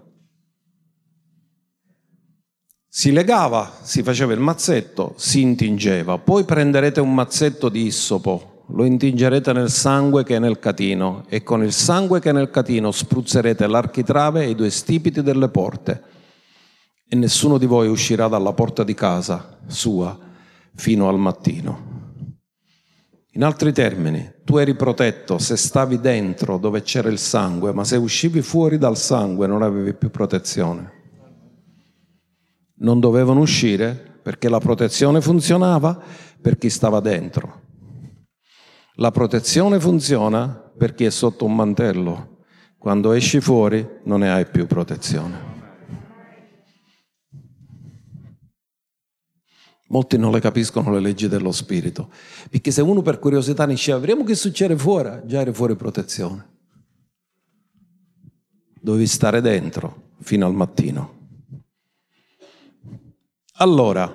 Si legava, si faceva il mazzetto, si intingeva. Poi prenderete un mazzetto di issopo, lo intingerete nel sangue che è nel catino e con il sangue che è nel catino spruzzerete l'architrave e i 2 stipiti delle porte e nessuno di voi uscirà dalla porta di casa sua fino al mattino. In altri termini, tu eri protetto se stavi dentro dove c'era il sangue, ma se uscivi fuori dal sangue non avevi più protezione. Non dovevano uscire perché la protezione funzionava per chi stava dentro. La protezione funziona per chi è sotto un mantello. Quando esci fuori non ne hai più protezione. Molti non le capiscono le leggi dello spirito, perché se uno per curiosità ne diceva vediamo che succede fuori, già eri fuori protezione. Dovevi stare dentro fino al mattino. Allora,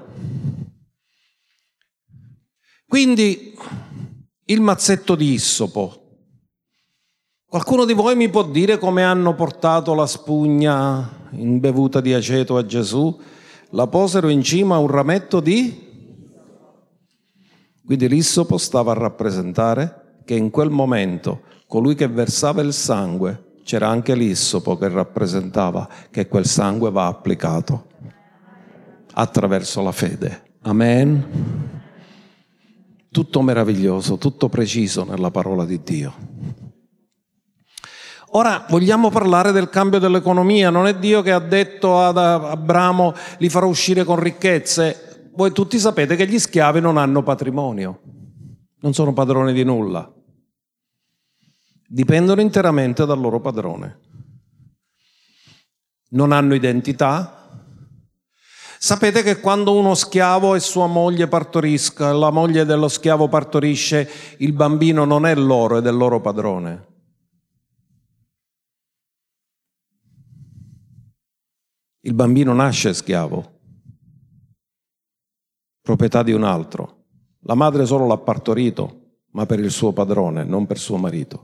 quindi il mazzetto di issopo. Qualcuno di voi mi può dire come hanno portato la spugna imbevuta di aceto a Gesù? La posero in cima a un rametto di? Quindi l'issopo stava a rappresentare che in quel momento colui che versava il sangue, c'era anche l'issopo che rappresentava che quel sangue va applicato attraverso la fede. Amen. Tutto meraviglioso, tutto preciso nella parola di Dio. Ora vogliamo parlare del cambio dell'economia. Non è Dio che ha detto ad Abramo li farò uscire con ricchezze. Voi tutti sapete che gli schiavi non hanno patrimonio, non sono padroni di nulla, dipendono interamente dal loro padrone. non hanno identità. Sapete che quando uno schiavo e sua moglie partorisca, la moglie dello schiavo partorisce, il bambino non è loro, è del loro padrone. Il bambino nasce schiavo, proprietà di un altro. La madre solo l'ha partorito, ma per il suo padrone, non per suo marito.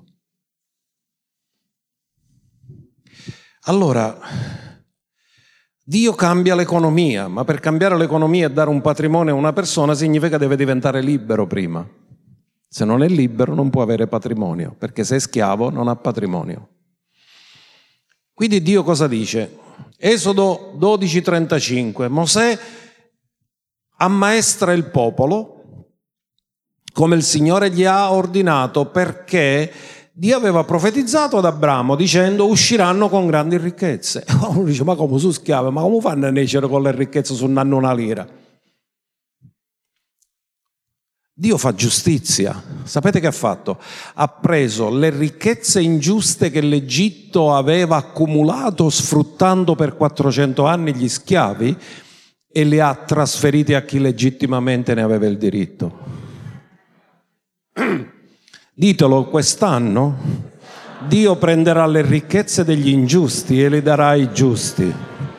Allora, Dio cambia l'economia, ma per cambiare l'economia e dare un patrimonio a una persona significa che deve diventare libero prima. Se non è libero non può avere patrimonio, perché se è schiavo non ha patrimonio. Quindi Dio cosa dice? Esodo 12:35, Mosè ammaestra il popolo come il Signore gli ha ordinato, perché Dio aveva profetizzato ad Abramo dicendo usciranno con grandi ricchezze. E uno dice, ma come su schiave? Ma come fanno a nascere con le ricchezze su una lira? Dio fa giustizia. Sapete che ha fatto? Ha preso le ricchezze ingiuste che l'Egitto aveva accumulato sfruttando per 400 anni gli schiavi e le ha trasferite a chi legittimamente ne aveva il diritto. Ditelo quest'anno, Dio prenderà le ricchezze degli ingiusti e le darà ai giusti.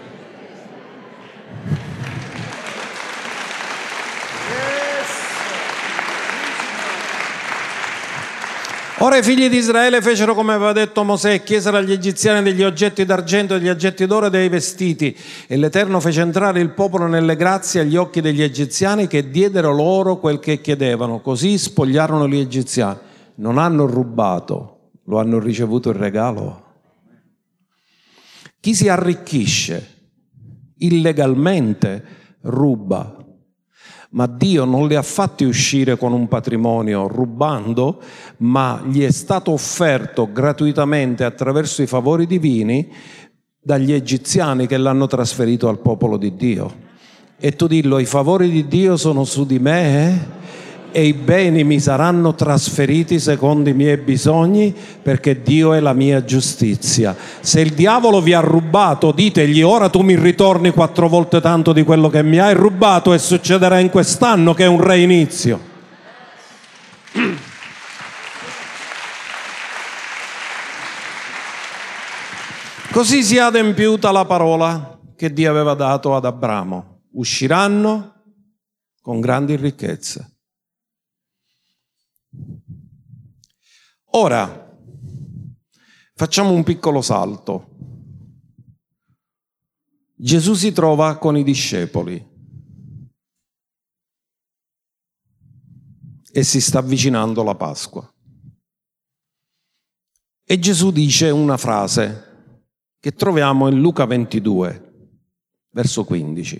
Ora i figli di Israele fecero come aveva detto Mosè e chiesero agli egiziani degli oggetti d'argento e degli oggetti d'oro e dei vestiti. E l'Eterno fece entrare il popolo nelle grazie agli occhi degli egiziani, che diedero loro quel che chiedevano. Così spogliarono gli egiziani. Non hanno rubato, lo hanno ricevuto in regalo. Chi si arricchisce illegalmente ruba. Ma Dio non li ha fatti uscire con un patrimonio rubando, ma gli è stato offerto gratuitamente attraverso i favori divini dagli egiziani che l'hanno trasferito al popolo di Dio. E tu dillo, i favori di Dio sono su di me e i beni mi saranno trasferiti secondo i miei bisogni, perché Dio è la mia giustizia. Se il diavolo vi ha rubato, ditegli ora tu mi ritorni 4 volte tanto di quello che mi hai rubato, e succederà in quest'anno che è un reinizio. Così si è adempiuta la parola che Dio aveva dato ad Abramo. Usciranno con grandi ricchezze. Ora, facciamo un piccolo salto. Gesù si trova con i discepoli e si sta avvicinando la Pasqua. E Gesù dice una frase che troviamo in Luca 22, verso 15.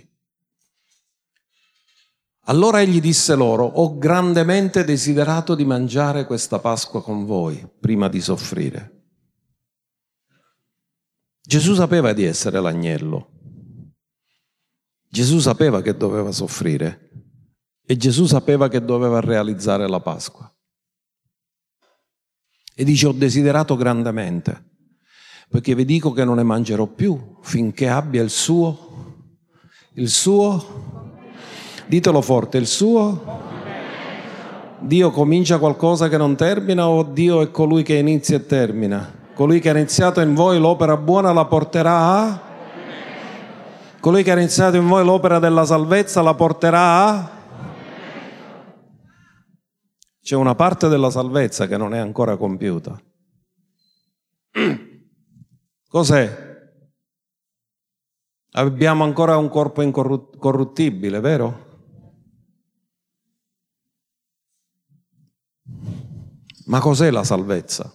Allora egli disse loro, ho grandemente desiderato di mangiare questa Pasqua con voi, prima di soffrire. Gesù sapeva di essere l'agnello. Gesù sapeva che doveva soffrire. E Gesù sapeva che doveva realizzare la Pasqua. E dice, ho desiderato grandemente, perché vi dico che non ne mangerò più finché abbia il suo, ditelo forte, il suo. Dio comincia qualcosa che non termina, o Dio è colui che inizia e termina? Colui che ha iniziato in voi l'opera buona la porterà a? Colui che ha iniziato in voi l'opera della salvezza la porterà a? C'è una parte della salvezza che non è ancora compiuta. Cos'è? Abbiamo ancora un corpo incorruttibile, vero? Ma cos'è la salvezza?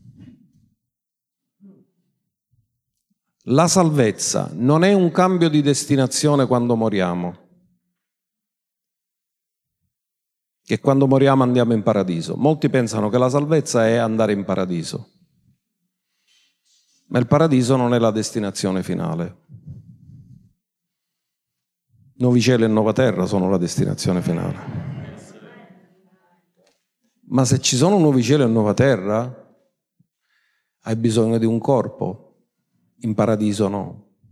La salvezza non è un cambio di destinazione quando moriamo, che quando moriamo andiamo in paradiso. Molti pensano che la salvezza è andare in paradiso, ma il paradiso non è la destinazione finale. Nuovi cieli e nuova terra sono la destinazione finale. Ma se ci sono nuovi cieli e nuova terra, hai bisogno di un corpo. In paradiso no.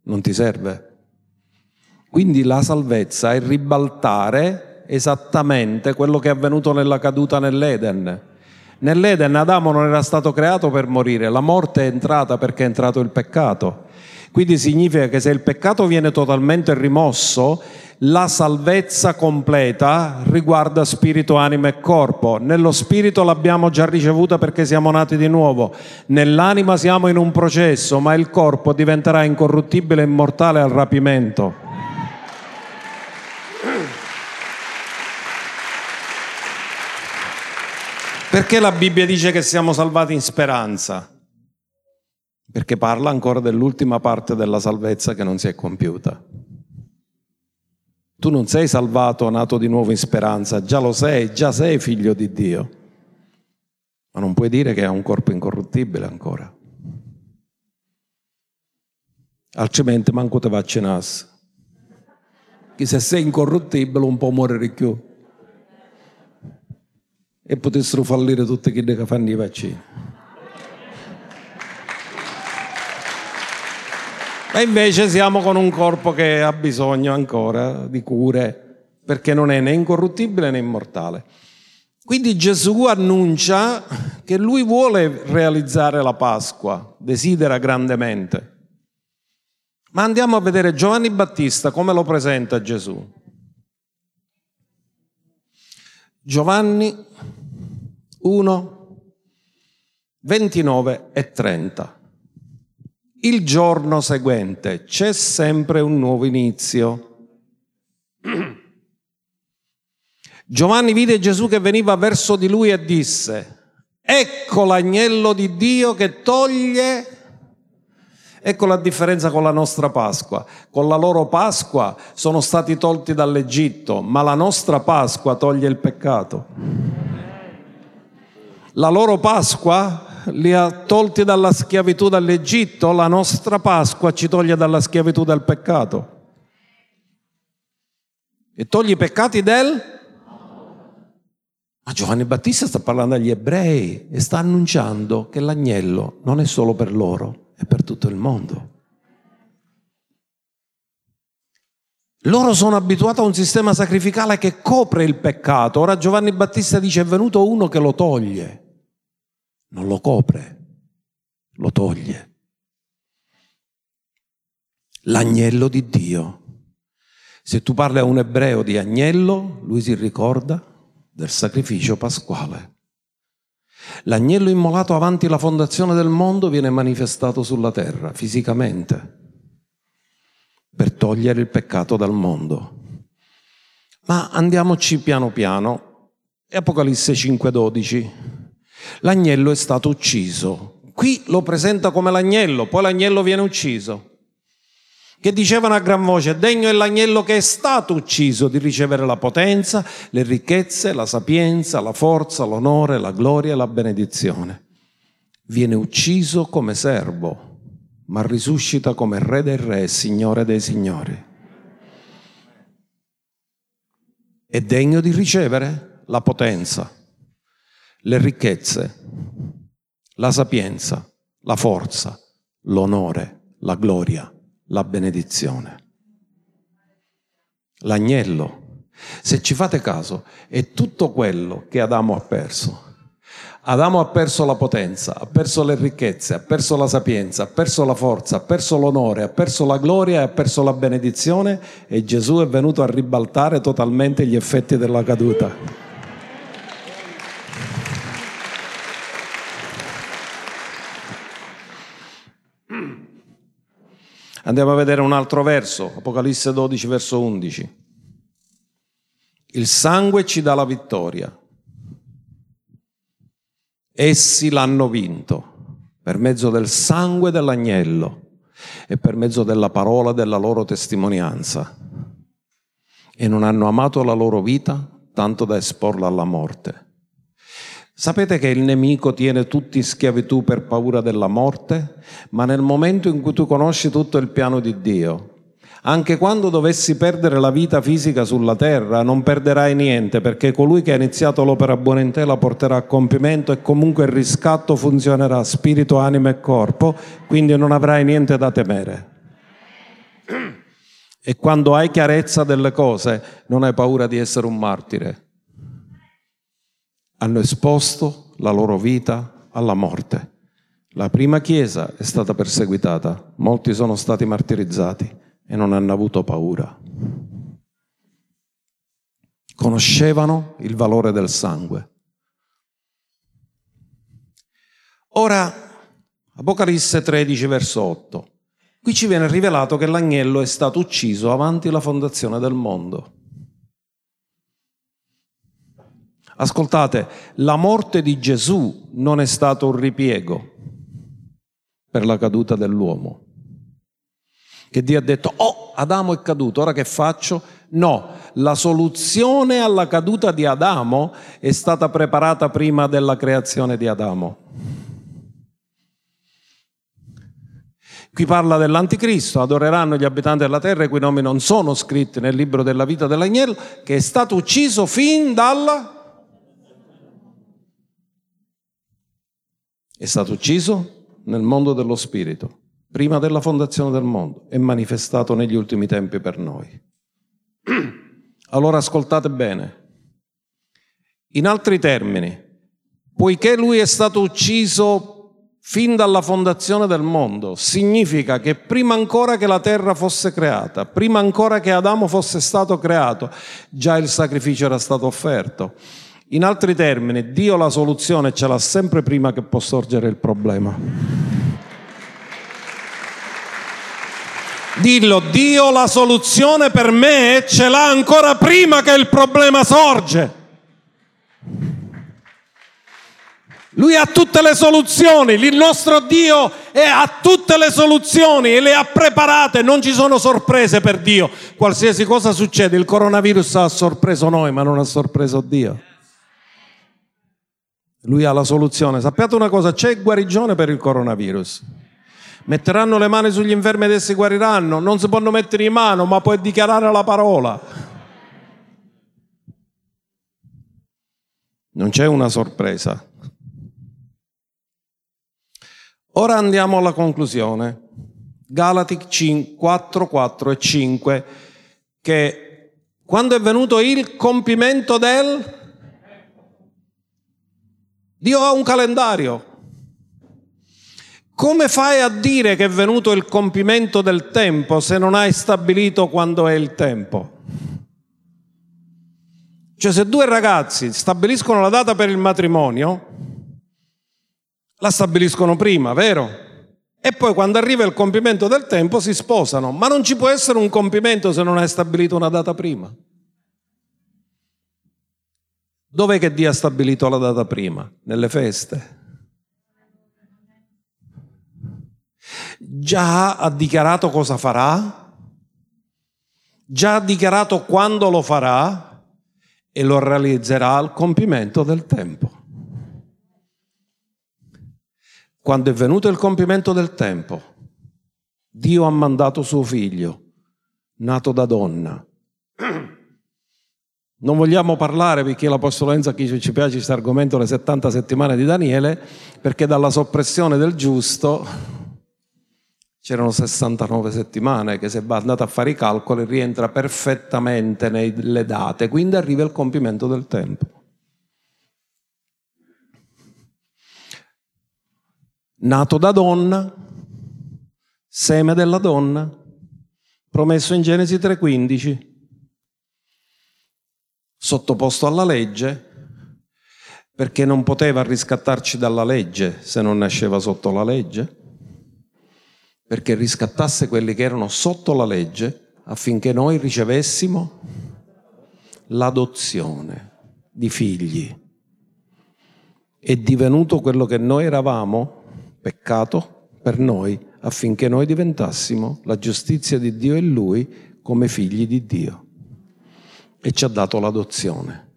Non ti serve. Quindi la salvezza è ribaltare esattamente quello che è avvenuto nella caduta nell'Eden. Nell'Eden Adamo non era stato creato per morire, la morte è entrata perché è entrato il peccato. Quindi significa che se il peccato viene totalmente rimosso, la salvezza completa riguarda spirito, anima e corpo. Nello spirito l'abbiamo già ricevuta perché siamo nati di nuovo. Nell'anima siamo in un processo, ma il corpo diventerà incorruttibile e immortale al rapimento. Perché la Bibbia dice che siamo salvati in speranza? Perché parla ancora dell'ultima parte della salvezza che non si è compiuta. Tu non sei salvato, nato di nuovo in speranza, già lo sei, già sei figlio di Dio. Ma non puoi dire che hai un corpo incorruttibile ancora. Altrimenti manco te vaccinassi. Che se sei incorruttibile non può morire più. E potessero fallire tutti quelli che fanno i vaccini. E invece siamo con un corpo che ha bisogno ancora di cure, perché non è né incorruttibile né immortale. Quindi Gesù annuncia che lui vuole realizzare la Pasqua, desidera grandemente. Ma andiamo a vedere Giovanni Battista come lo presenta Gesù. Giovanni 1, 29 e 30. Il giorno seguente c'è sempre un nuovo inizio. Giovanni vide Gesù che veniva verso di lui e disse: ecco l'agnello di Dio che toglie. Ecco la differenza con la nostra Pasqua. Con la loro Pasqua sono stati tolti dall'Egitto, ma la nostra Pasqua toglie il peccato. La loro Pasqua li ha tolti dalla schiavitù dall'Egitto, la nostra Pasqua ci toglie dalla schiavitù dal peccato. E toglie i peccati del? Ma Giovanni Battista sta parlando agli ebrei e sta annunciando che l'agnello non è solo per loro, è per tutto il mondo. Loro sono abituati a un sistema sacrificale che copre il peccato. Ora Giovanni Battista dice: è venuto uno che lo toglie. Non lo copre, lo toglie. L'agnello di Dio. Se tu parli a un ebreo di agnello, lui si ricorda del sacrificio pasquale. L'agnello immolato avanti la fondazione del mondo viene manifestato sulla terra, fisicamente, per togliere il peccato dal mondo. Ma andiamoci piano piano. Apocalisse 5,12. L'agnello è stato ucciso. Qui lo presenta come l'agnello, poi l'agnello viene ucciso. Che dicevano a gran voce: degno è l'agnello che è stato ucciso di ricevere la potenza, le ricchezze, la sapienza, la forza, l'onore, la gloria e la benedizione. Viene ucciso come servo, ma risuscita come re dei re e signore dei signori. È degno di ricevere la potenza, le ricchezze, la sapienza, la forza, l'onore, la gloria, la benedizione. L'agnello, se ci fate caso, è tutto quello che Adamo ha perso. Adamo ha perso la potenza, ha perso le ricchezze, ha perso la sapienza, ha perso la forza, ha perso l'onore, ha perso la gloria e ha perso la benedizione, e Gesù è venuto a ribaltare totalmente gli effetti della caduta. Andiamo a vedere un altro verso, Apocalisse 12, verso 11. Il sangue ci dà la vittoria. Essi l'hanno vinto per mezzo del sangue dell'agnello e per mezzo della parola della loro testimonianza. E non hanno amato la loro vita tanto da esporla alla morte. Sapete che il nemico tiene tutti in schiavitù per paura della morte? Ma nel momento in cui tu conosci tutto il piano di Dio, anche quando dovessi perdere la vita fisica sulla terra, non perderai niente, perché colui che ha iniziato l'opera buona in te la porterà a compimento, e comunque il riscatto funzionerà spirito, anima e corpo, quindi non avrai niente da temere. E quando hai chiarezza delle cose, non hai paura di essere un martire. Hanno esposto la loro vita alla morte. La prima chiesa è stata perseguitata, molti sono stati martirizzati e non hanno avuto paura. Conoscevano il valore del sangue. Ora, Apocalisse 13, verso 8. Qui ci viene rivelato che l'agnello è stato ucciso avanti la fondazione del mondo. Ascoltate, la morte di Gesù non è stato un ripiego per la caduta dell'uomo. Che Dio ha detto, oh, Adamo è caduto, ora che faccio? No, la soluzione alla caduta di Adamo è stata preparata prima della creazione di Adamo. Qui parla dell'anticristo, adoreranno gli abitanti della terra i cui nomi non sono scritti nel libro della vita dell'agnello, che è stato ucciso fin dalla... È stato ucciso nel mondo dello spirito, prima della fondazione del mondo, è manifestato negli ultimi tempi per noi. Allora ascoltate bene. In altri termini, poiché lui è stato ucciso fin dalla fondazione del mondo, significa che prima ancora che la terra fosse creata, prima ancora che Adamo fosse stato creato, già il sacrificio era stato offerto. In altri termini, Dio la soluzione ce l'ha sempre prima che può sorgere il problema. Dillo, Dio la soluzione per me ce l'ha ancora prima che il problema sorge. Lui ha tutte le soluzioni, il nostro Dio ha tutte le soluzioni e le ha preparate, non ci sono sorprese per Dio. Qualsiasi cosa succede, il coronavirus ha sorpreso noi, ma non ha sorpreso Dio. Lui ha la soluzione. Sappiate una cosa, c'è guarigione per il coronavirus. Metteranno le mani sugli infermi ed essi guariranno. Non si possono mettere in mano, ma puoi dichiarare la parola. Non c'è una sorpresa. Ora andiamo alla conclusione. Galati 4, 4 e 5, che quando è venuto il compimento del... Dio ha un calendario. Come fai a dire che è venuto il compimento del tempo se non hai stabilito quando è il tempo? Cioè, se due ragazzi stabiliscono la data per il matrimonio, la stabiliscono prima, vero? E poi quando arriva il compimento del tempo si sposano, ma non ci può essere un compimento se non hai stabilito una data prima. Dov'è che Dio ha stabilito la data prima? Nelle feste. Già ha dichiarato cosa farà, già ha dichiarato quando lo farà e lo realizzerà al compimento del tempo. Quando è venuto il compimento del tempo, Dio ha mandato suo figlio, nato da donna. Non vogliamo parlare, perché l'Apostolo Enzo, a chi ci piace questo argomento, le 70 settimane di Daniele, perché dalla soppressione del giusto c'erano 69 settimane, che se va andate a fare i calcoli rientra perfettamente nelle date, quindi arriva il compimento del tempo. Nato da donna, seme della donna, promesso in Genesi 3,15, sottoposto alla legge, perché non poteva riscattarci dalla legge se non nasceva sotto la legge, perché riscattasse quelli che erano sotto la legge affinché noi ricevessimo l'adozione di figli. È divenuto quello che noi eravamo, peccato, per noi, affinché noi diventassimo la giustizia di Dio in Lui come figli di Dio. E ci ha dato l'adozione.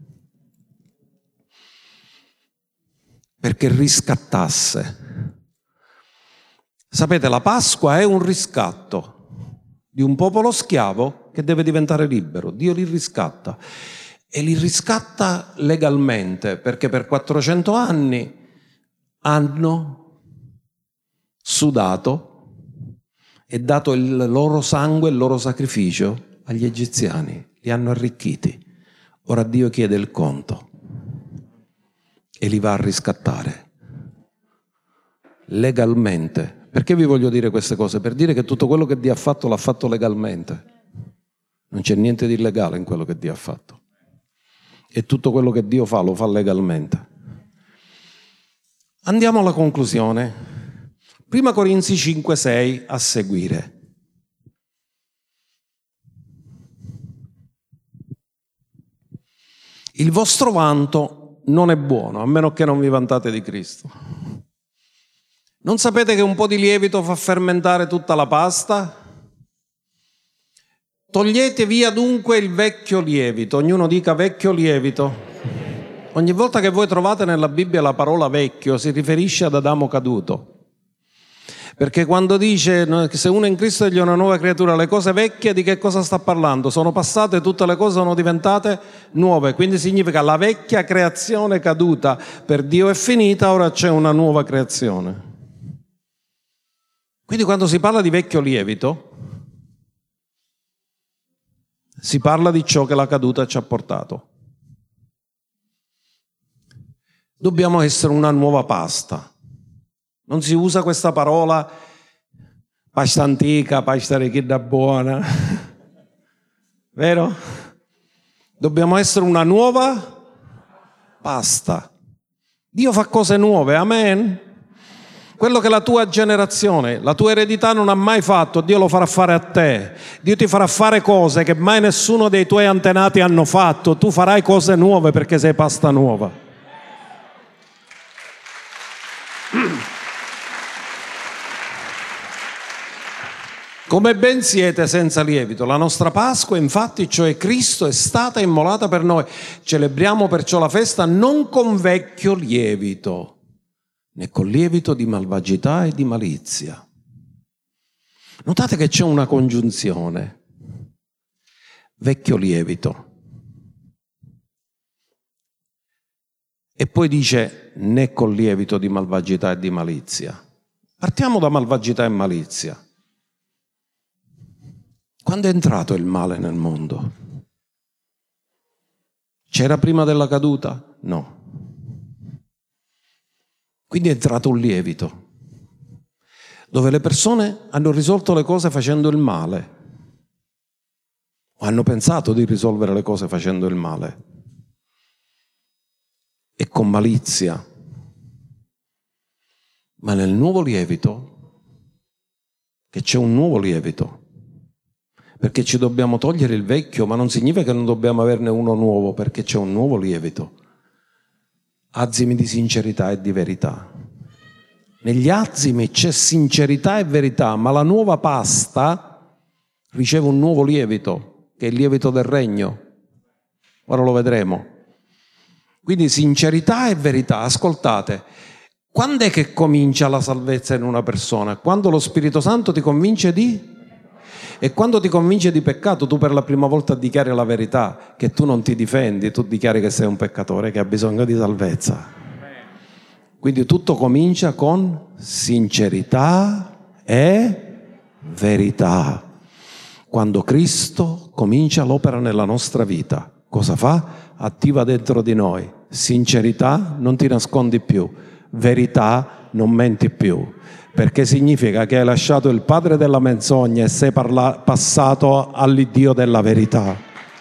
Perché riscattasse. Sapete, la Pasqua è un riscatto di un popolo schiavo che deve diventare libero. Dio li riscatta. E li riscatta legalmente, perché per 400 anni hanno sudato e dato il loro sangue e il loro sacrificio agli egiziani, li hanno arricchiti. Ora Dio chiede il conto e li va a riscattare legalmente. Perché vi voglio dire queste cose? Per dire che tutto quello che Dio ha fatto l'ha fatto legalmente. Non c'è niente di illegale in quello che Dio ha fatto. E tutto quello che Dio fa lo fa legalmente. Andiamo alla conclusione. 1 Corinzi 5,6 a seguire. Il vostro vanto non è buono, a meno che non vi vantate di Cristo. Non sapete che un po' di lievito fa fermentare tutta la pasta? Togliete via dunque il vecchio lievito. Ognuno dica vecchio lievito. Ogni volta che voi trovate nella Bibbia la parola vecchio si riferisce ad Adamo caduto. Perché quando dice che se uno è in Cristo egli è una nuova creatura, le cose vecchie di che cosa sta parlando? Sono passate, tutte le cose sono diventate nuove. Quindi significa la vecchia creazione caduta per Dio è finita, ora c'è una nuova creazione. Quindi quando si parla di vecchio lievito, si parla di ciò che la caduta ci ha portato. Dobbiamo essere una nuova pasta. Non si usa questa parola pasta antica, pasta ricchida buona, vero? Dobbiamo essere una nuova pasta. Dio fa cose nuove, amen? Quello che la tua generazione, la tua eredità non ha mai fatto, Dio lo farà fare a te. Dio ti farà fare cose che mai nessuno dei tuoi antenati hanno fatto. Tu farai cose nuove perché sei pasta nuova. Come ben siete senza lievito. La nostra Pasqua, infatti, cioè Cristo, è stata immolata per noi. Celebriamo perciò la festa non con vecchio lievito, né con lievito di malvagità e di malizia. Notate che c'è una congiunzione. Vecchio lievito. E poi dice né con lievito di malvagità e di malizia. Partiamo da malvagità e malizia. Quando è entrato il male nel mondo? C'era prima della caduta? No. Quindi è entrato un lievito, dove le persone hanno risolto le cose facendo il male, o hanno pensato di risolvere le cose facendo il male, e con malizia. Ma nel nuovo lievito, che c'è un nuovo lievito, perché ci dobbiamo togliere il vecchio, ma non significa che non dobbiamo averne uno nuovo, perché c'è un nuovo lievito. Azimi di sincerità e di verità. Negli azimi c'è sincerità e verità, ma la nuova pasta riceve un nuovo lievito, che è il lievito del regno. Ora lo vedremo. Quindi sincerità e verità. Ascoltate, quando è che comincia la salvezza in una persona? Quando lo Spirito Santo ti convince di... E quando ti convince di peccato, tu per la prima volta dichiari la verità, che tu non ti difendi, tu dichiari che sei un peccatore che ha bisogno di salvezza. Quindi tutto comincia con sincerità e verità. Quando Cristo comincia l'opera nella nostra vita, cosa fa? Attiva dentro di noi. Sincerità, non ti nascondi più. Verità, non menti più. Perché significa che hai lasciato il padre della menzogna e sei passato all'Iddio della verità.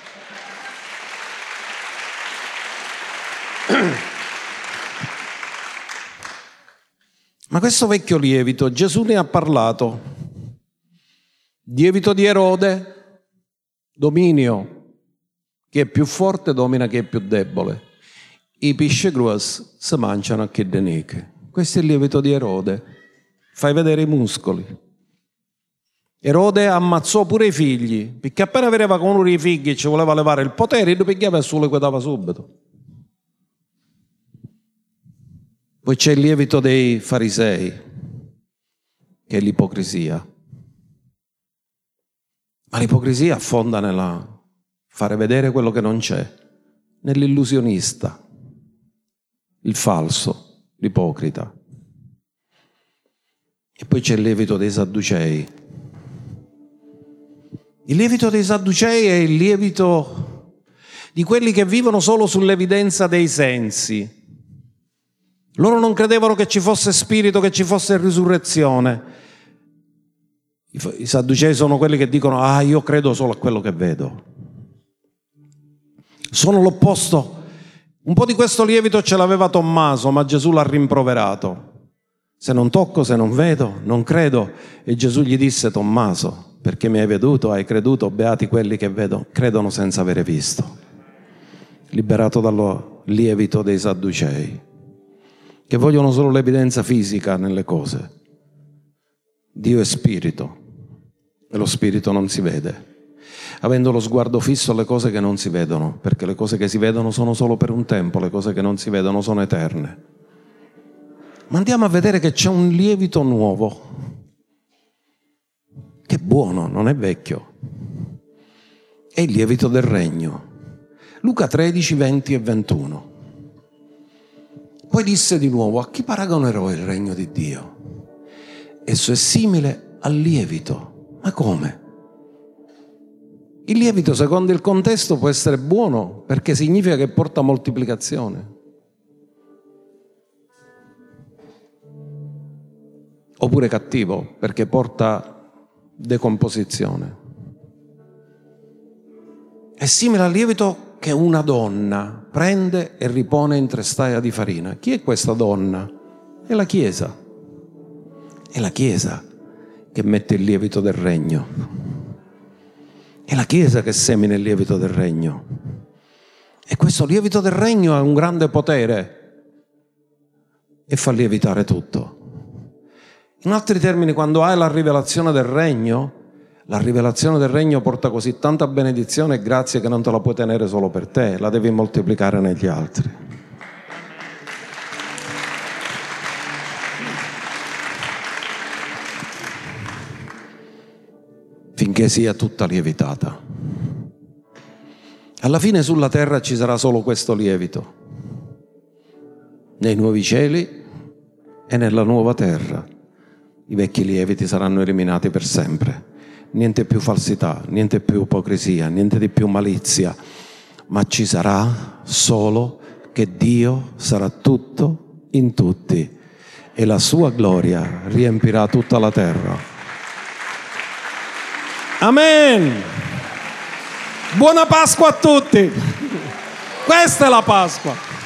Ma questo vecchio lievito, Gesù ne ha parlato. Lievito di Erode, dominio. Chi è più forte domina chi è più debole. I pesci grossi si mangiano a chi deniche. Questo è il lievito di Erode. Fai vedere i muscoli. Erode ammazzò pure i figli, perché appena vedeva con uno dei figli ci voleva levare il potere, lo pigliava e lo liquidava subito. Poi c'è il lievito dei farisei, che è l'ipocrisia. Ma l'ipocrisia affonda nella fare vedere quello che non c'è, nell'illusionista, il falso, l'ipocrita. E poi c'è il lievito dei sadducei, Il lievito dei Sadducei è il lievito di quelli che vivono solo sull'evidenza dei sensi. Loro non credevano che ci fosse spirito, che ci fosse risurrezione. I Sadducei sono quelli che dicono: ah, io credo solo a quello che vedo. Sono l'opposto. Un po' di questo lievito ce l'aveva Tommaso, ma Gesù l'ha rimproverato. Se non tocco, se non vedo, non credo. E Gesù gli disse: Tommaso, perché mi hai veduto, hai creduto, beati quelli che credono senza avere visto. Liberato dallo lievito dei Sadducei, che vogliono solo l'evidenza fisica nelle cose. Dio è spirito e lo spirito non si vede, avendo lo sguardo fisso alle cose che non si vedono, perché le cose che si vedono sono solo per un tempo, le cose che non si vedono sono eterne. Ma andiamo a vedere che c'è un lievito nuovo, che è buono, non è vecchio. È il lievito del regno. Luca 13, 20 e 21. Poi disse di nuovo: a chi paragonerò il regno di Dio? Esso è simile al lievito. Ma come? Il lievito, secondo il contesto, può essere buono perché significa che porta moltiplicazione. Oppure cattivo perché porta decomposizione. È simile al lievito che una donna prende e ripone in 3 staia di farina. Chi è questa donna? È la Chiesa. È la Chiesa che mette il lievito del regno. È la Chiesa che semina il lievito del regno. E questo lievito del regno ha un grande potere e fa lievitare tutto. In altri termini, quando hai la rivelazione del regno porta così tanta benedizione e grazia che non te la puoi tenere solo per te, la devi moltiplicare negli altri. Finché sia tutta lievitata. Alla fine sulla terra ci sarà solo questo lievito, nei nuovi cieli e nella nuova terra. I vecchi lieviti saranno eliminati per sempre. Niente più falsità, niente più ipocrisia, niente di più malizia, ma ci sarà solo che Dio sarà tutto in tutti e la sua gloria riempirà tutta la terra. Amen! Buona Pasqua a tutti! Questa è la Pasqua!